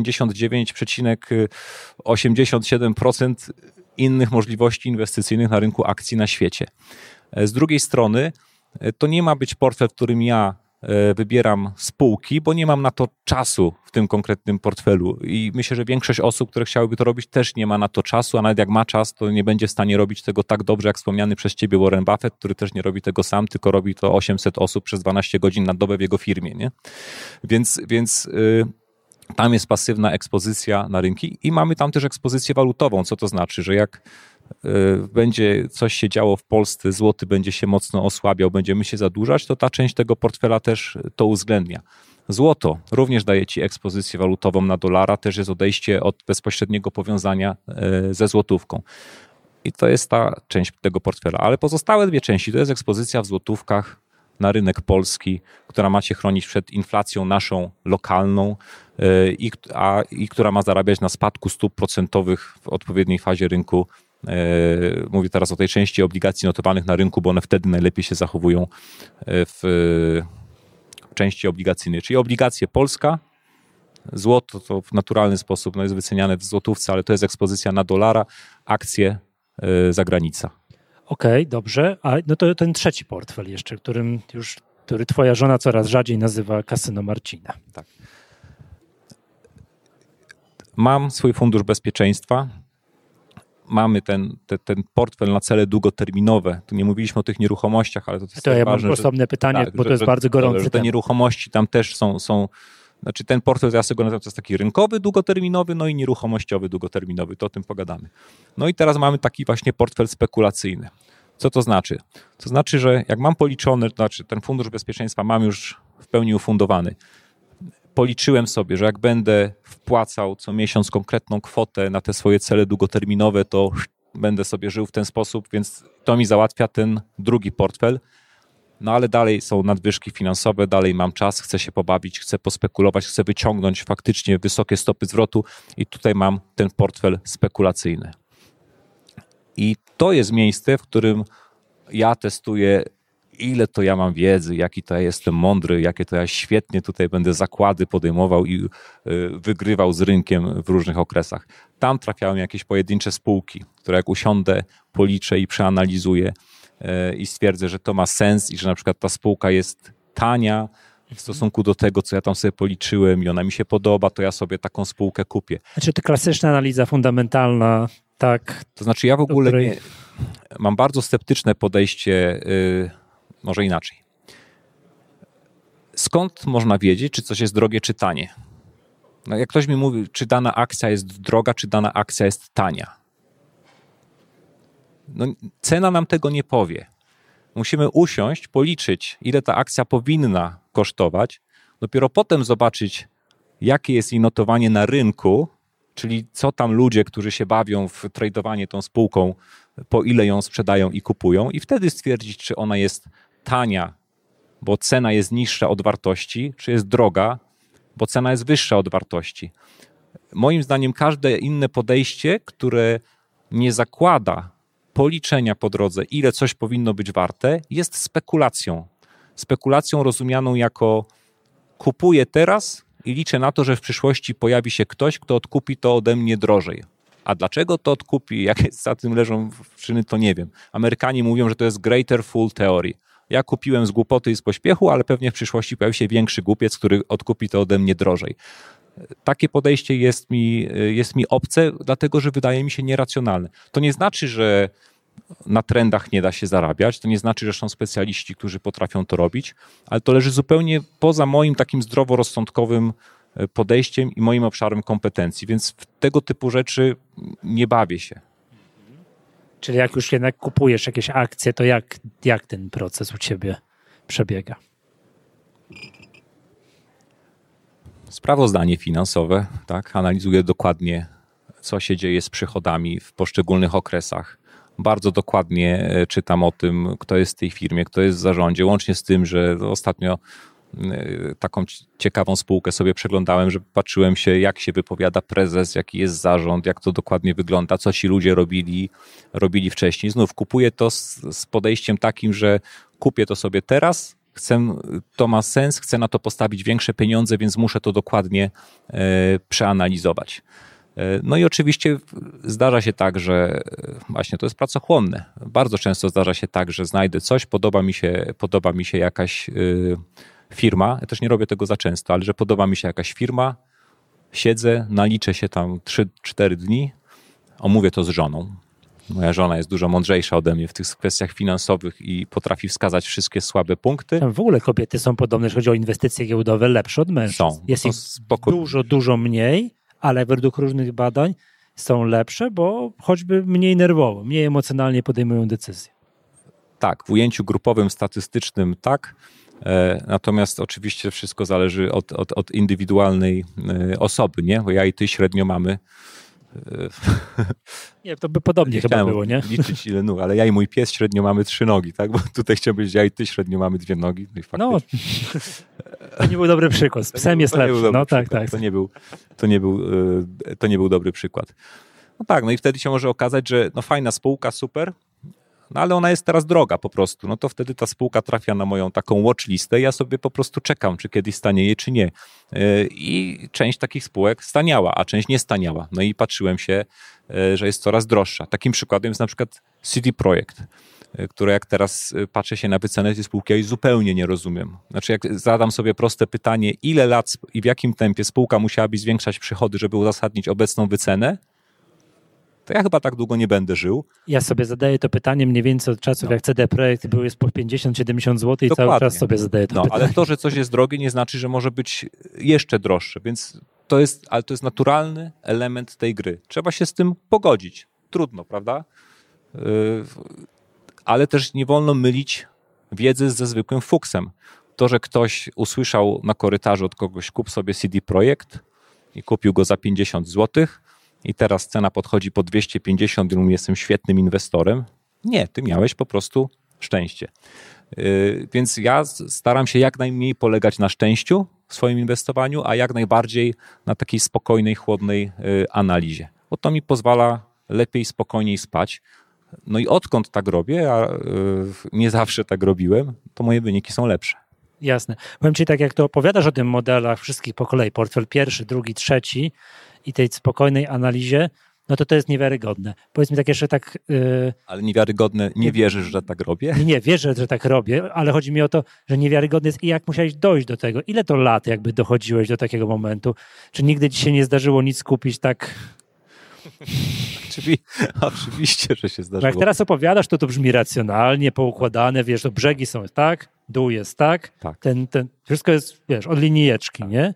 99,87% innych możliwości inwestycyjnych na rynku akcji na świecie. Z drugiej strony to nie ma być portfel, w którym ja wybieram spółki, bo nie mam na to czasu w tym konkretnym portfelu i myślę, że większość osób, które chciałyby to robić, też nie ma na to czasu, a nawet jak ma czas, to nie będzie w stanie robić tego tak dobrze, jak wspomniany przez ciebie Warren Buffett, który też nie robi tego sam, tylko robi to 800 osób przez 12 godzin na dobę w jego firmie, nie? Więc tam jest pasywna ekspozycja na rynki i mamy tam też ekspozycję walutową, co to znaczy, że jak będzie coś się działo w Polsce, złoty będzie się mocno osłabiał, będziemy się zadłużać, to ta część tego portfela też to uwzględnia. Złoto również daje ci ekspozycję walutową na dolara, też jest odejście od bezpośredniego powiązania ze złotówką. I to jest ta część tego portfela. Ale pozostałe dwie części to jest ekspozycja w złotówkach na rynek polski, która ma cię chronić przed inflacją naszą lokalną i która ma zarabiać na spadku stóp procentowych w odpowiedniej fazie rynku. Mówię teraz o tej części obligacji notowanych na rynku, bo one wtedy najlepiej się zachowują w części obligacyjnej. Czyli obligacje Polska, złoto to w naturalny sposób jest wyceniane w złotówce, ale to jest ekspozycja na dolara, akcje zagranica. Okej, dobrze. A to ten trzeci portfel jeszcze, który twoja żona coraz rzadziej nazywa Kasyno Marcina. Tak. Mam swój fundusz bezpieczeństwa. Mamy ten portfel na cele długoterminowe. Tu nie mówiliśmy o tych nieruchomościach, ale to jest ja ważne. Mam osobne pytanie, bo to jest bardzo gorący że te nieruchomości tam też są. Znaczy ten portfel, ja sobie go nazywam, to jest taki rynkowy, długoterminowy, no i nieruchomościowy, długoterminowy. To o tym pogadamy. No i teraz mamy taki właśnie portfel spekulacyjny. Co to znaczy? To znaczy, że jak mam policzony, to znaczy ten fundusz bezpieczeństwa mam już w pełni ufundowany. Policzyłem sobie, że jak będę wpłacał co miesiąc konkretną kwotę na te swoje cele długoterminowe, to będę sobie żył w ten sposób, więc to mi załatwia ten drugi portfel. No ale dalej są nadwyżki finansowe, dalej mam czas, chcę się pobawić, chcę pospekulować, chcę wyciągnąć faktycznie wysokie stopy zwrotu i tutaj mam ten portfel spekulacyjny. I to jest miejsce, w którym ja testuję, ile to ja mam wiedzy, jaki to ja jestem mądry, jakie to ja świetnie tutaj będę zakłady podejmował i wygrywał z rynkiem w różnych okresach. Tam trafiają jakieś pojedyncze spółki, które jak usiądę, policzę i przeanalizuję i stwierdzę, że to ma sens i że na przykład ta spółka jest tania w stosunku do tego, co ja tam sobie policzyłem i ona mi się podoba, to ja sobie taką spółkę kupię. Znaczy to klasyczna analiza fundamentalna, tak? To znaczy ja w ogóle mam bardzo sceptyczne podejście, może inaczej. Skąd można wiedzieć, czy coś jest drogie, czy tanie? No jak ktoś mi mówi, czy dana akcja jest droga, czy dana akcja jest tania. no, cena nam tego nie powie. Musimy usiąść, policzyć, ile ta akcja powinna kosztować, dopiero potem zobaczyć, jakie jest jej notowanie na rynku, czyli co tam ludzie, którzy się bawią w tradowanie tą spółką, po ile ją sprzedają i kupują i wtedy stwierdzić, czy ona jest tania, bo cena jest niższa od wartości, czy jest droga, bo cena jest wyższa od wartości. Moim zdaniem każde inne podejście, które nie zakłada policzenia po drodze, ile coś powinno być warte, jest spekulacją. Spekulacją rozumianą jako kupuję teraz i liczę na to, że w przyszłości pojawi się ktoś, kto odkupi to ode mnie drożej. A dlaczego to odkupi, jakie za tym leżą przyczyny, to nie wiem. Amerykanie mówią, że to jest greater fool theory. Ja kupiłem z głupoty i z pośpiechu, ale pewnie w przyszłości pojawi się większy głupiec, który odkupi to ode mnie drożej. Takie podejście jest mi obce, dlatego że wydaje mi się nieracjonalne. To nie znaczy, że na trendach nie da się zarabiać, to nie znaczy, że są specjaliści, którzy potrafią to robić, ale to leży zupełnie poza moim takim zdroworozsądkowym podejściem i moim obszarem kompetencji, więc w tego typu rzeczy nie bawię się. Czyli jak już jednak kupujesz jakieś akcje, to jak ten proces u ciebie przebiega? Sprawozdanie finansowe, tak, analizuję dokładnie, co się dzieje z przychodami w poszczególnych okresach. Bardzo dokładnie czytam o tym, kto jest w tej firmie, kto jest w zarządzie, łącznie z tym, że ostatnio taką ciekawą spółkę sobie przeglądałem, że patrzyłem się, jak się wypowiada prezes, jaki jest zarząd, jak to dokładnie wygląda, co ci ludzie robili wcześniej. Znów kupuję to z podejściem takim, że kupię to sobie teraz, to ma sens, chcę na to postawić większe pieniądze, więc muszę to dokładnie przeanalizować. No i oczywiście zdarza się tak, że właśnie to jest pracochłonne. Bardzo często zdarza się tak, że znajdę coś, podoba mi się jakaś firma, ja też nie robię tego za często, ale że podoba mi się jakaś firma, siedzę, naliczę się tam 3-4 dni, omówię to z żoną. Moja żona jest dużo mądrzejsza ode mnie w tych kwestiach finansowych i potrafi wskazać wszystkie słabe punkty. W ogóle kobiety są podobne, jeśli chodzi o inwestycje giełdowe, lepsze od mężczyzn. Jest ich dużo mniej, ale według różnych badań są lepsze, bo choćby mniej nerwowo, mniej emocjonalnie podejmują decyzje. Tak, w ujęciu grupowym, statystycznym tak, natomiast oczywiście wszystko zależy od indywidualnej osoby, nie? Bo ja i ty średnio mamy... Nie, to by podobnie chyba było, nie? Liczyć ile nóg, ale ja i mój pies średnio mamy 3 nogi, tak? Bo tutaj chciałem powiedzieć, ja i ty średnio mamy 2 nogi. No, to nie był dobry przykład. Z psem jest lepszy. No tak. To nie był dobry przykład. No tak, no i wtedy się może okazać, że no fajna spółka, super, no ale ona jest teraz droga po prostu. No to wtedy ta spółka trafia na moją taką watchlistę i ja sobie po prostu czekam, czy kiedyś stanieje, czy nie. I część takich spółek staniała, a część nie staniała. No i patrzyłem się, że jest coraz droższa. Takim przykładem jest na przykład CD Projekt, które jak teraz patrzę się na wycenę tej spółki, ja jej zupełnie nie rozumiem. Znaczy jak zadam sobie proste pytanie, ile lat i w jakim tempie spółka musiałaby zwiększać przychody, żeby uzasadnić obecną wycenę, to ja chyba tak długo nie będę żył. Ja sobie zadaję to pytanie mniej więcej od czasów, jak CD Projekt były po 50-70 zł i Dokładnie. cały czas sobie zadaję to pytanie. Ale to, że coś jest drogie, nie znaczy, że może być jeszcze droższe, więc to jest naturalny element tej gry. Trzeba się z tym pogodzić. Trudno, prawda? Ale też nie wolno mylić wiedzy ze zwykłym fuksem. To, że ktoś usłyszał na korytarzu od kogoś, kup sobie CD Projekt i kupił go za 50 zł, i teraz cena podchodzi po 250 i mówi, jestem świetnym inwestorem. Nie, ty miałeś po prostu szczęście. Więc ja staram się jak najmniej polegać na szczęściu w swoim inwestowaniu, a jak najbardziej na takiej spokojnej, chłodnej analizie. Bo to mi pozwala lepiej, spokojniej spać. No i odkąd tak robię, a nie zawsze tak robiłem, to moje wyniki są lepsze. Jasne. Powiem ci, tak jak to opowiadasz o tym modelach wszystkich po kolei, portfel pierwszy, drugi, trzeci i tej spokojnej analizie, no to jest niewiarygodne. Powiedz mi tak jeszcze tak... Ale niewiarygodne, nie wierzysz, że tak robię? Nie wierzę, że tak robię, ale chodzi mi o to, że niewiarygodne jest i jak musiałeś dojść do tego. Ile to lat jakby dochodziłeś do takiego momentu? Czy nigdy ci się nie zdarzyło nic kupić tak... Oczywiście, że się zdarzyło. Bo jak teraz opowiadasz, to brzmi racjonalnie, poukładane, wiesz, to brzegi są tak, dół jest tak. Wszystko jest, wiesz, od linijeczki, tak. Nie?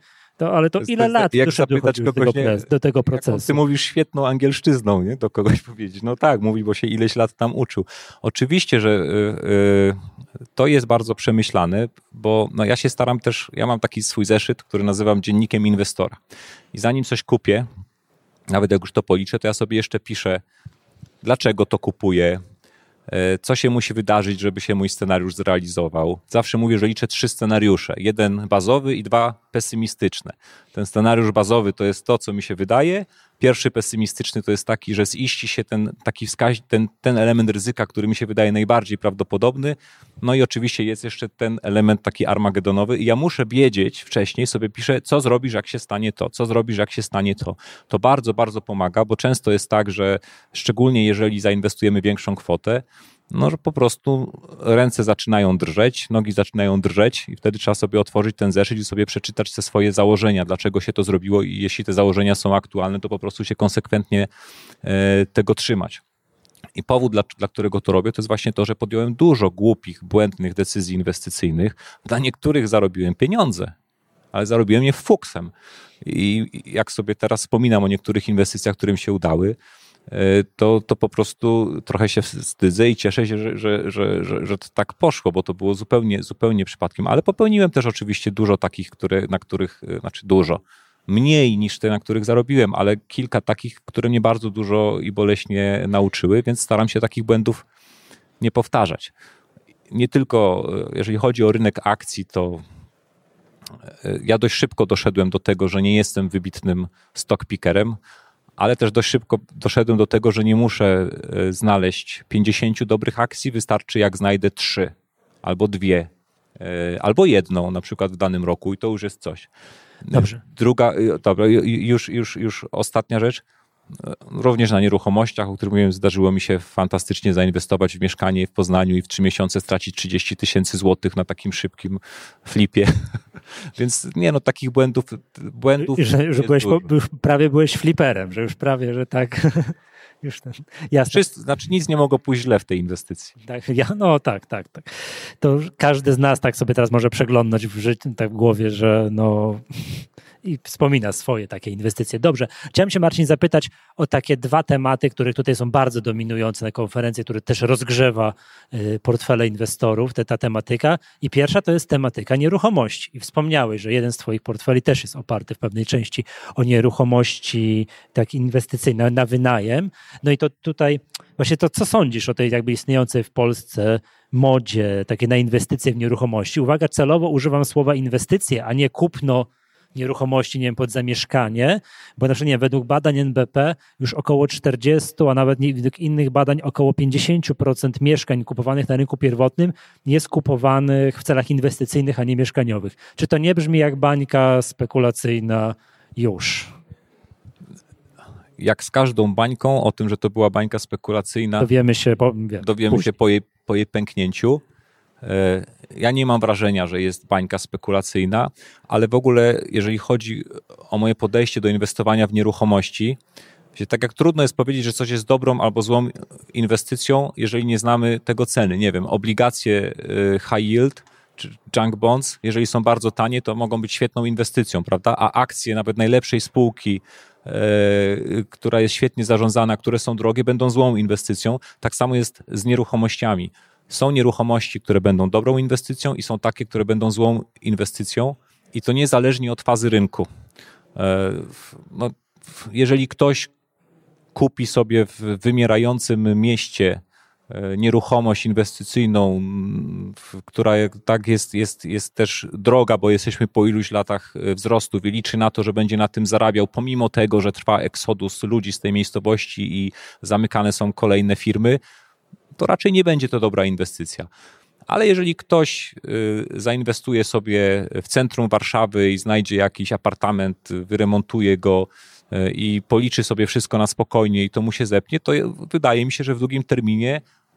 Ale to ile lat jak doszedłeś do tego procesu? Ty mówisz świetną angielszczyzną, nie? Do kogoś powiedzieć. No tak, mówi, bo się ileś lat tam uczył. Oczywiście, że to jest bardzo przemyślane, bo no ja się staram też, ja mam taki swój zeszyt, który nazywam dziennikiem inwestora. I zanim coś kupię, nawet jak już to policzę, to ja sobie jeszcze piszę, dlaczego to kupuję, co się musi wydarzyć, żeby się mój scenariusz zrealizował. Zawsze mówię, że liczę 3 scenariusze. 1 bazowy i 2 pesymistyczne. Ten scenariusz bazowy to jest to, co mi się wydaje. Pierwszy pesymistyczny to jest taki, że ziści się ten element ryzyka, który mi się wydaje najbardziej prawdopodobny. No i oczywiście jest jeszcze ten element taki armagedonowy i ja muszę wiedzieć wcześniej, sobie piszę, co zrobisz, jak się stanie to, co zrobisz, jak się stanie to. To bardzo, bardzo pomaga, bo często jest tak, że szczególnie jeżeli zainwestujemy większą kwotę, no, że po prostu ręce zaczynają drżeć, nogi zaczynają drżeć i wtedy trzeba sobie otworzyć ten zeszyt i sobie przeczytać te swoje założenia, dlaczego się to zrobiło i jeśli te założenia są aktualne, to po prostu się konsekwentnie tego trzymać. I powód, dla którego to robię, to jest właśnie to, że podjąłem dużo głupich, błędnych decyzji inwestycyjnych. Dla niektórych zarobiłem pieniądze, ale zarobiłem je fuksem. I jak sobie teraz wspominam o niektórych inwestycjach, którym się udały, to po prostu trochę się wstydzę i cieszę się, że to tak poszło, bo to było zupełnie przypadkiem. Ale popełniłem też oczywiście dużo takich, dużo, mniej niż te, na których zarobiłem, ale kilka takich, które mnie bardzo dużo i boleśnie nauczyły, więc staram się takich błędów nie powtarzać. Nie tylko, jeżeli chodzi o rynek akcji, to ja dość szybko doszedłem do tego, że nie jestem wybitnym stock pickerem, ale też dość szybko doszedłem do tego, że nie muszę znaleźć 50 dobrych akcji, wystarczy jak znajdę 3 albo 2, albo 1 na przykład w danym roku i to już jest coś. Dobrze. Już ostatnia rzecz. Również na nieruchomościach, o których mówiłem, zdarzyło mi się fantastycznie zainwestować w mieszkanie w Poznaniu i w 3 miesiące stracić 30 000 złotych na takim szybkim flipie. Więc takich błędów że już prawie byłeś fliperem, że już prawie, że tak. Już jasne. Nic nie mogło pójść źle w tej inwestycji. Tak. To każdy z nas tak sobie teraz może przeglądać w życiu, tak w głowie, że i wspomina swoje takie inwestycje. Dobrze. Chciałem się, Marcin, zapytać o takie 2 tematy, które tutaj są bardzo dominujące na konferencji, które też rozgrzewa portfele inwestorów, ta tematyka. I pierwsza to jest tematyka nieruchomości. I wspomniałeś, że jeden z twoich portfeli też jest oparty w pewnej części o nieruchomości tak inwestycyjne, na wynajem. No i to tutaj właśnie to, co sądzisz o tej jakby istniejącej w Polsce modzie takie na inwestycje w nieruchomości? Uwaga, celowo używam słowa inwestycje, a nie kupno nieruchomości, nie wiem, pod zamieszkanie, bo na przykład według badań NBP już około 40, a nawet według innych badań około 50% mieszkań kupowanych na rynku pierwotnym jest kupowanych w celach inwestycyjnych, a nie mieszkaniowych. Czy to nie brzmi jak bańka spekulacyjna już? Jak z każdą bańką o tym, że to była bańka spekulacyjna, dowiemy się po jej pęknięciu. Ja nie mam wrażenia, że jest bańka spekulacyjna, ale w ogóle jeżeli chodzi o moje podejście do inwestowania w nieruchomości, tak jak trudno jest powiedzieć, że coś jest dobrą albo złą inwestycją, jeżeli nie znamy tego ceny. Nie wiem, obligacje high yield czy junk bonds, jeżeli są bardzo tanie, to mogą być świetną inwestycją, prawda? A akcje nawet najlepszej spółki, która jest świetnie zarządzana, które są drogie, będą złą inwestycją. Tak samo jest z nieruchomościami. Są nieruchomości, które będą dobrą inwestycją i są takie, które będą złą inwestycją i to niezależnie od fazy rynku. Jeżeli ktoś kupi sobie w wymierającym mieście nieruchomość inwestycyjną, która tak jest też droga, bo jesteśmy po iluś latach wzrostu i liczy na to, że będzie na tym zarabiał, pomimo tego, że trwa eksodus ludzi z tej miejscowości i zamykane są kolejne firmy, to raczej nie będzie to dobra inwestycja. Ale jeżeli ktoś zainwestuje sobie w centrum Warszawy i znajdzie jakiś apartament, wyremontuje go i policzy sobie wszystko na spokojnie i to mu się zepnie, to wydaje mi się, że w długim terminie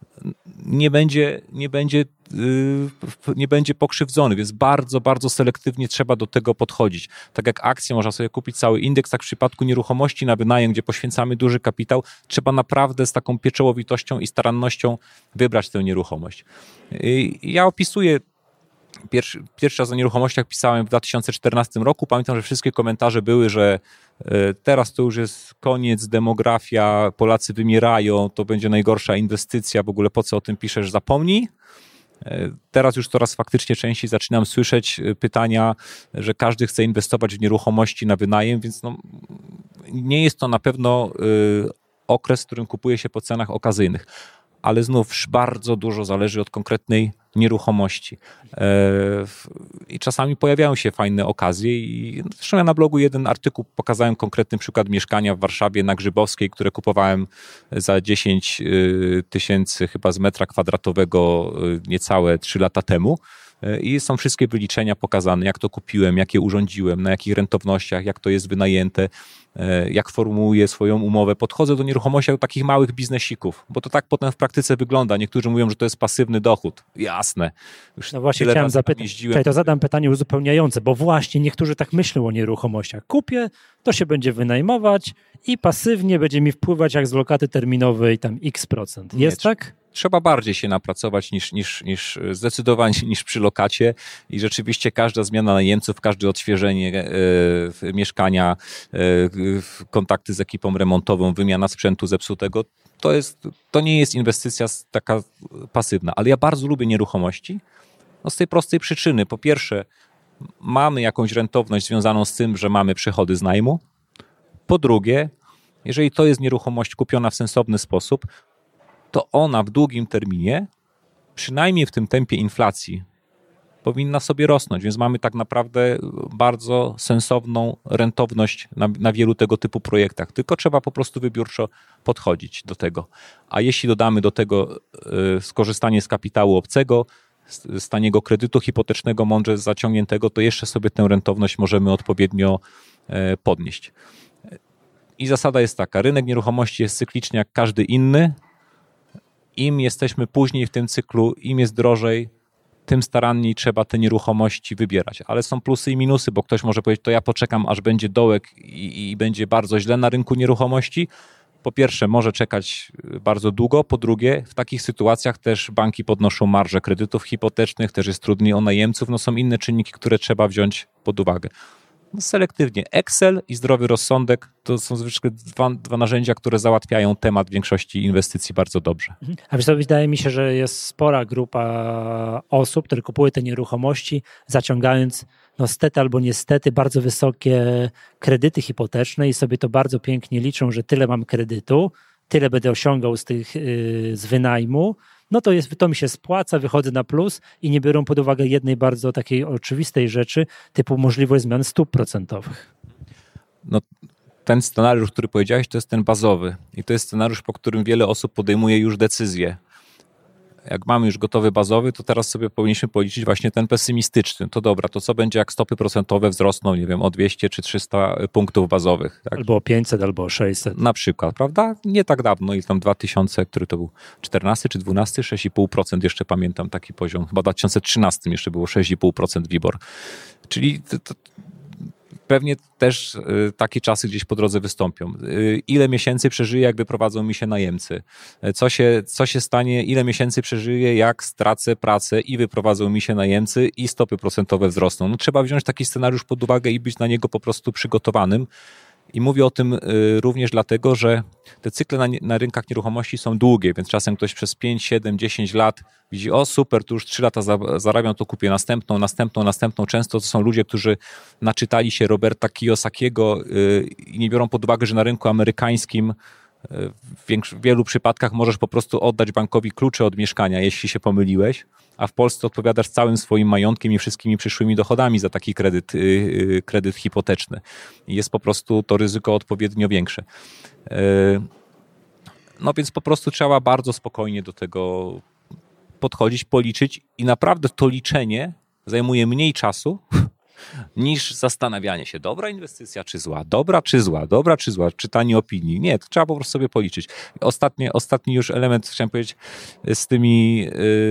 nie będzie pokrzywdzony, więc bardzo, bardzo selektywnie trzeba do tego podchodzić. Tak jak akcje, można sobie kupić cały indeks, tak w przypadku nieruchomości na wynajem, gdzie poświęcamy duży kapitał, trzeba naprawdę z taką pieczołowitością i starannością wybrać tę nieruchomość. Ja opisuję Pierwszy raz o nieruchomościach pisałem w 2014 roku. Pamiętam, że wszystkie komentarze były, że teraz to już jest koniec, demografia, Polacy wymierają, to będzie najgorsza inwestycja, w ogóle po co o tym piszesz, zapomnij. Teraz już coraz faktycznie częściej zaczynam słyszeć pytania, że każdy chce inwestować w nieruchomości na wynajem, więc no, nie jest to na pewno okres, w którym kupuje się po cenach okazyjnych. Ale znów bardzo dużo zależy od konkretnej nieruchomości. I czasami pojawiają się fajne okazje. I zresztą ja na blogu jeden artykuł pokazałem konkretny przykład mieszkania w Warszawie na Grzybowskiej, które kupowałem za 10 tysięcy chyba z metra kwadratowego niecałe 3 lata temu. I są wszystkie wyliczenia pokazane, jak to kupiłem, jak je urządziłem, na jakich rentownościach, jak to jest wynajęte, jak formułuję swoją umowę. Podchodzę do nieruchomości jak do takich małych biznesików, bo to tak potem w praktyce wygląda. Niektórzy mówią, że to jest pasywny dochód. Jasne. Już no właśnie chciałem zapytać, to zadam pytanie uzupełniające, bo właśnie niektórzy tak myślą o nieruchomościach. Kupię, to się będzie wynajmować i pasywnie będzie mi wpływać jak z lokaty terminowej tam x%. Jest tak? Trzeba bardziej się napracować niż zdecydowanie niż przy lokacie i rzeczywiście każda zmiana najemców, każde odświeżenie mieszkania, kontakty z ekipą remontową, wymiana sprzętu zepsutego, to nie jest inwestycja taka pasywna. Ale ja bardzo lubię nieruchomości z tej prostej przyczyny. Po pierwsze, mamy jakąś rentowność związaną z tym, że mamy przychody z najmu. Po drugie, jeżeli to jest nieruchomość kupiona w sensowny sposób, to ona w długim terminie, przynajmniej w tym tempie inflacji, powinna sobie rosnąć, więc mamy tak naprawdę bardzo sensowną rentowność na wielu tego typu projektach, tylko trzeba po prostu wybiórczo podchodzić do tego. A jeśli dodamy do tego skorzystanie z kapitału obcego, z taniego kredytu hipotecznego mądrze zaciągniętego, to jeszcze sobie tę rentowność możemy odpowiednio podnieść. I zasada jest taka, rynek nieruchomości jest cykliczny jak każdy inny. Im jesteśmy później w tym cyklu, im jest drożej, tym staranniej trzeba te nieruchomości wybierać. Ale są plusy i minusy, bo ktoś może powiedzieć, to ja poczekam, aż będzie dołek i będzie bardzo źle na rynku nieruchomości. Po pierwsze, może czekać bardzo długo. Po drugie, w takich sytuacjach też banki podnoszą marże kredytów hipotecznych, też jest trudniej o najemców. No są inne czynniki, które trzeba wziąć pod uwagę. Selektywnie. Excel i zdrowy rozsądek to są zwykle dwa narzędzia, które załatwiają temat większości inwestycji bardzo dobrze. A wiesz, to wydaje mi się, że jest spora grupa osób, które kupują te nieruchomości, zaciągając no stety albo niestety bardzo wysokie kredyty hipoteczne i sobie to bardzo pięknie liczą, że tyle mam kredytu, tyle będę osiągał z wynajmu, no to mi się spłaca, wychodzę na plus i nie biorą pod uwagę jednej bardzo takiej oczywistej rzeczy, typu możliwość zmian stóp procentowych. No, ten scenariusz, który powiedziałeś, to jest ten bazowy i to jest scenariusz, po którym wiele osób podejmuje już decyzje. Jak mamy już gotowy bazowy, to teraz sobie powinniśmy policzyć właśnie ten pesymistyczny. To dobra, to co będzie, jak stopy procentowe wzrosną, nie wiem, o 200 czy 300 punktów bazowych. Tak? Albo o 500, albo o 600. Na przykład, prawda? Nie tak dawno, i tam 2000, który to był 14 czy 12, 6,5% jeszcze pamiętam taki poziom. Chyba w 2013 jeszcze było 6,5% WIBOR. Czyli pewnie też takie czasy gdzieś po drodze wystąpią. Ile miesięcy przeżyję, jak wyprowadzą mi się najemcy? Co się stanie, ile miesięcy przeżyję, jak stracę pracę i wyprowadzą mi się najemcy i stopy procentowe wzrosną? No, trzeba wziąć taki scenariusz pod uwagę i być na niego po prostu przygotowanym. I mówię o tym również dlatego, że te cykle na rynkach nieruchomości są długie, więc czasem ktoś przez 5, 7, 10 lat widzi, o super, tu już 3 lata zarabiam, to kupię następną. Często to są ludzie, którzy naczytali się Roberta Kiyosakiego i nie biorą pod uwagę, że na rynku amerykańskim w wielu przypadkach możesz po prostu oddać bankowi klucze od mieszkania, jeśli się pomyliłeś, a w Polsce odpowiadasz całym swoim majątkiem i wszystkimi przyszłymi dochodami za taki kredyt hipoteczny. I jest po prostu to ryzyko odpowiednio większe. No więc po prostu trzeba bardzo spokojnie do tego podchodzić, policzyć i naprawdę to liczenie zajmuje mniej czasu niż zastanawianie się, dobra inwestycja czy zła, dobra czy zła, czytanie opinii. Nie, to trzeba po prostu sobie policzyć. Ostatni już element, chciałem powiedzieć, z tymi...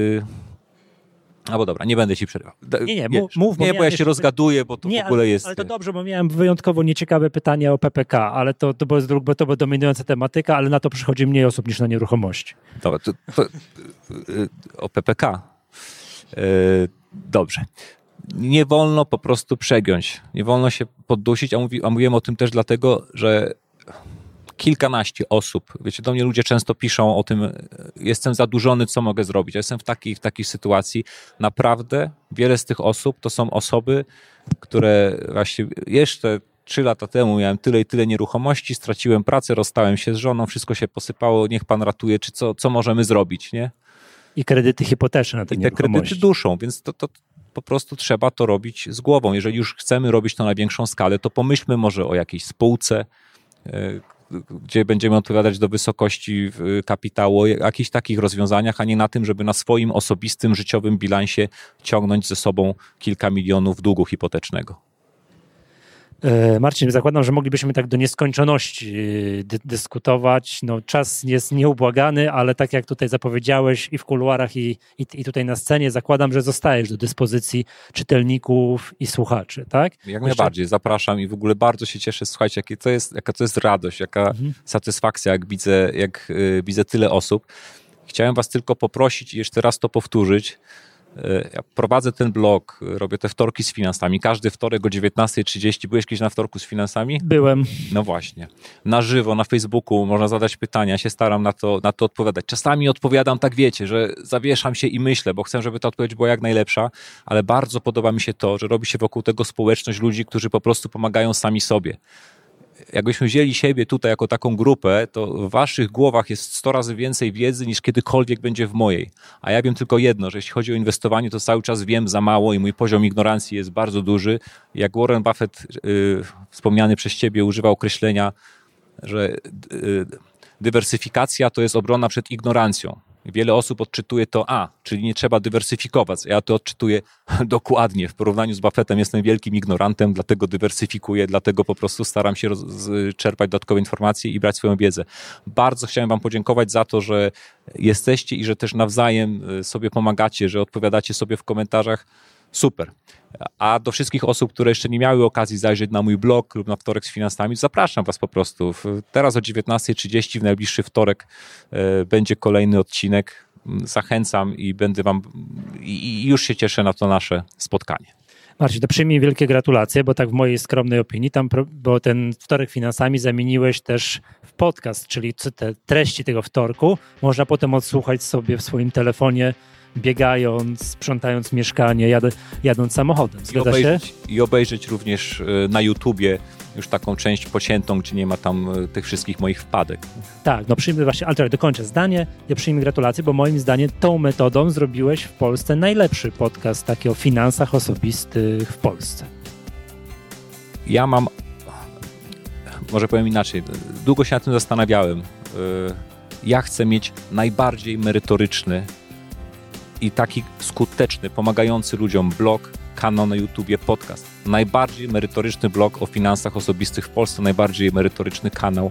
Albo dobra, nie będę ci przerywał. Mów. Nie, bo ja się rozgaduję, bo to w ogóle jest... Ale to dobrze, bo miałem wyjątkowo nieciekawe pytanie o PPK, ale to była dominująca tematyka, ale na to przychodzi mniej osób niż na nieruchomości. Dobra, o PPK. Dobrze. Nie wolno po prostu przegiąć. Nie wolno się poddusić, a mówiłem o tym też dlatego, że kilkanaście osób, wiecie, do mnie ludzie często piszą o tym, jestem zadłużony, co mogę zrobić. Ja jestem w takiej sytuacji. Naprawdę wiele z tych osób to są osoby, które właśnie jeszcze 3 lata temu miałem tyle i tyle nieruchomości, straciłem pracę, rozstałem się z żoną, wszystko się posypało, niech pan ratuje, czy co możemy zrobić, nie? I kredyty hipoteczne na te nieruchomości. I te kredyty duszą, więc to po prostu trzeba to robić z głową. Jeżeli już chcemy robić to na większą skalę, to pomyślmy może o jakiejś spółce, gdzie będziemy odpowiadać do wysokości kapitału, o jakichś takich rozwiązaniach, a nie na tym, żeby na swoim osobistym, życiowym bilansie ciągnąć ze sobą kilka milionów długu hipotecznego. Marcin, zakładam, że moglibyśmy tak do nieskończoności dyskutować. No, czas jest nieubłagany, ale tak jak tutaj zapowiedziałeś i w kuluarach, i tutaj na scenie, zakładam, że zostajesz do dyspozycji czytelników i słuchaczy, tak? Jak najbardziej, zapraszam i w ogóle bardzo się cieszę, słuchajcie, jaka to jest radość, jaka satysfakcja, jak widzę tyle osób. Chciałem was tylko poprosić i jeszcze raz to powtórzyć. Ja prowadzę ten blog, robię te wtorki z finansami. Każdy wtorek o 19:30. Byłeś kiedyś na wtorku z finansami? Byłem. No właśnie. Na żywo, na Facebooku można zadać pytania. Ja się staram na to odpowiadać. Czasami odpowiadam, tak wiecie, że zawieszam się i myślę, bo chcę, żeby ta odpowiedź była jak najlepsza, ale bardzo podoba mi się to, że robi się wokół tego społeczność ludzi, którzy po prostu pomagają sami sobie. Jakbyśmy wzięli siebie tutaj jako taką grupę, to w waszych głowach jest 100 razy więcej wiedzy niż kiedykolwiek będzie w mojej. A ja wiem tylko jedno, że jeśli chodzi o inwestowanie, to cały czas wiem za mało i mój poziom ignorancji jest bardzo duży. Jak Warren Buffett, wspomniany przez ciebie, używa określenia, że dywersyfikacja to jest obrona przed ignorancją. Wiele osób odczytuje to, czyli nie trzeba dywersyfikować. Ja to odczytuję dokładnie. W porównaniu z Buffettem jestem wielkim ignorantem, dlatego dywersyfikuję, dlatego po prostu staram się czerpać dodatkowe informacje i brać swoją wiedzę. Bardzo chciałem wam podziękować za to, że jesteście i że też nawzajem sobie pomagacie, że odpowiadacie sobie w komentarzach. Super. A do wszystkich osób, które jeszcze nie miały okazji zajrzeć na mój blog lub na wtorek z finansami, zapraszam was po prostu. Teraz o 19:30 w najbliższy wtorek będzie kolejny odcinek. Zachęcam i będę wam i już się cieszę na to nasze spotkanie. Marcin, to przyjmij wielkie gratulacje, bo tak w mojej skromnej opinii, bo ten wtorek finansami zamieniłeś też w podcast, czyli te treści tego wtorku można potem odsłuchać sobie w swoim telefonie, biegając, sprzątając mieszkanie, jadąc samochodem. Zgadza się? I obejrzeć również na YouTubie już taką część pociętą, gdzie nie ma tam tych wszystkich moich wpadek. Tak, no przyjmij właśnie, ale dokończę zdanie. Ja przyjmij gratulacje, bo moim zdaniem tą metodą zrobiłeś w Polsce najlepszy podcast taki o finansach osobistych w Polsce. Ja mam, może powiem inaczej, długo się nad tym zastanawiałem. Ja chcę mieć najbardziej merytoryczny i taki skuteczny, pomagający ludziom blog, kanał na YouTubie, podcast. Najbardziej merytoryczny blog o finansach osobistych w Polsce, najbardziej merytoryczny kanał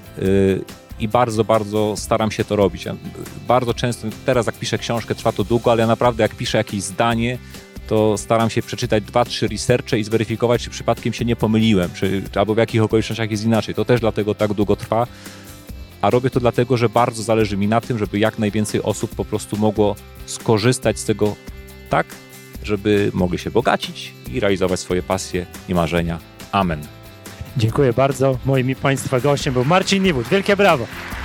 i bardzo, bardzo staram się to robić. Ja bardzo często, teraz jak piszę książkę, trwa to długo, ale ja naprawdę jak piszę jakieś zdanie, to staram się przeczytać 2-3 researche i zweryfikować, czy przypadkiem się nie pomyliłem, albo w jakich okolicznościach jest inaczej. To też dlatego tak długo trwa. A robię to dlatego, że bardzo zależy mi na tym, żeby jak najwięcej osób po prostu mogło skorzystać z tego tak, żeby mogli się bogacić i realizować swoje pasje i marzenia. Amen. Dziękuję bardzo. Moim i Państwa gościem był Marcin Niewód. Wielkie brawo.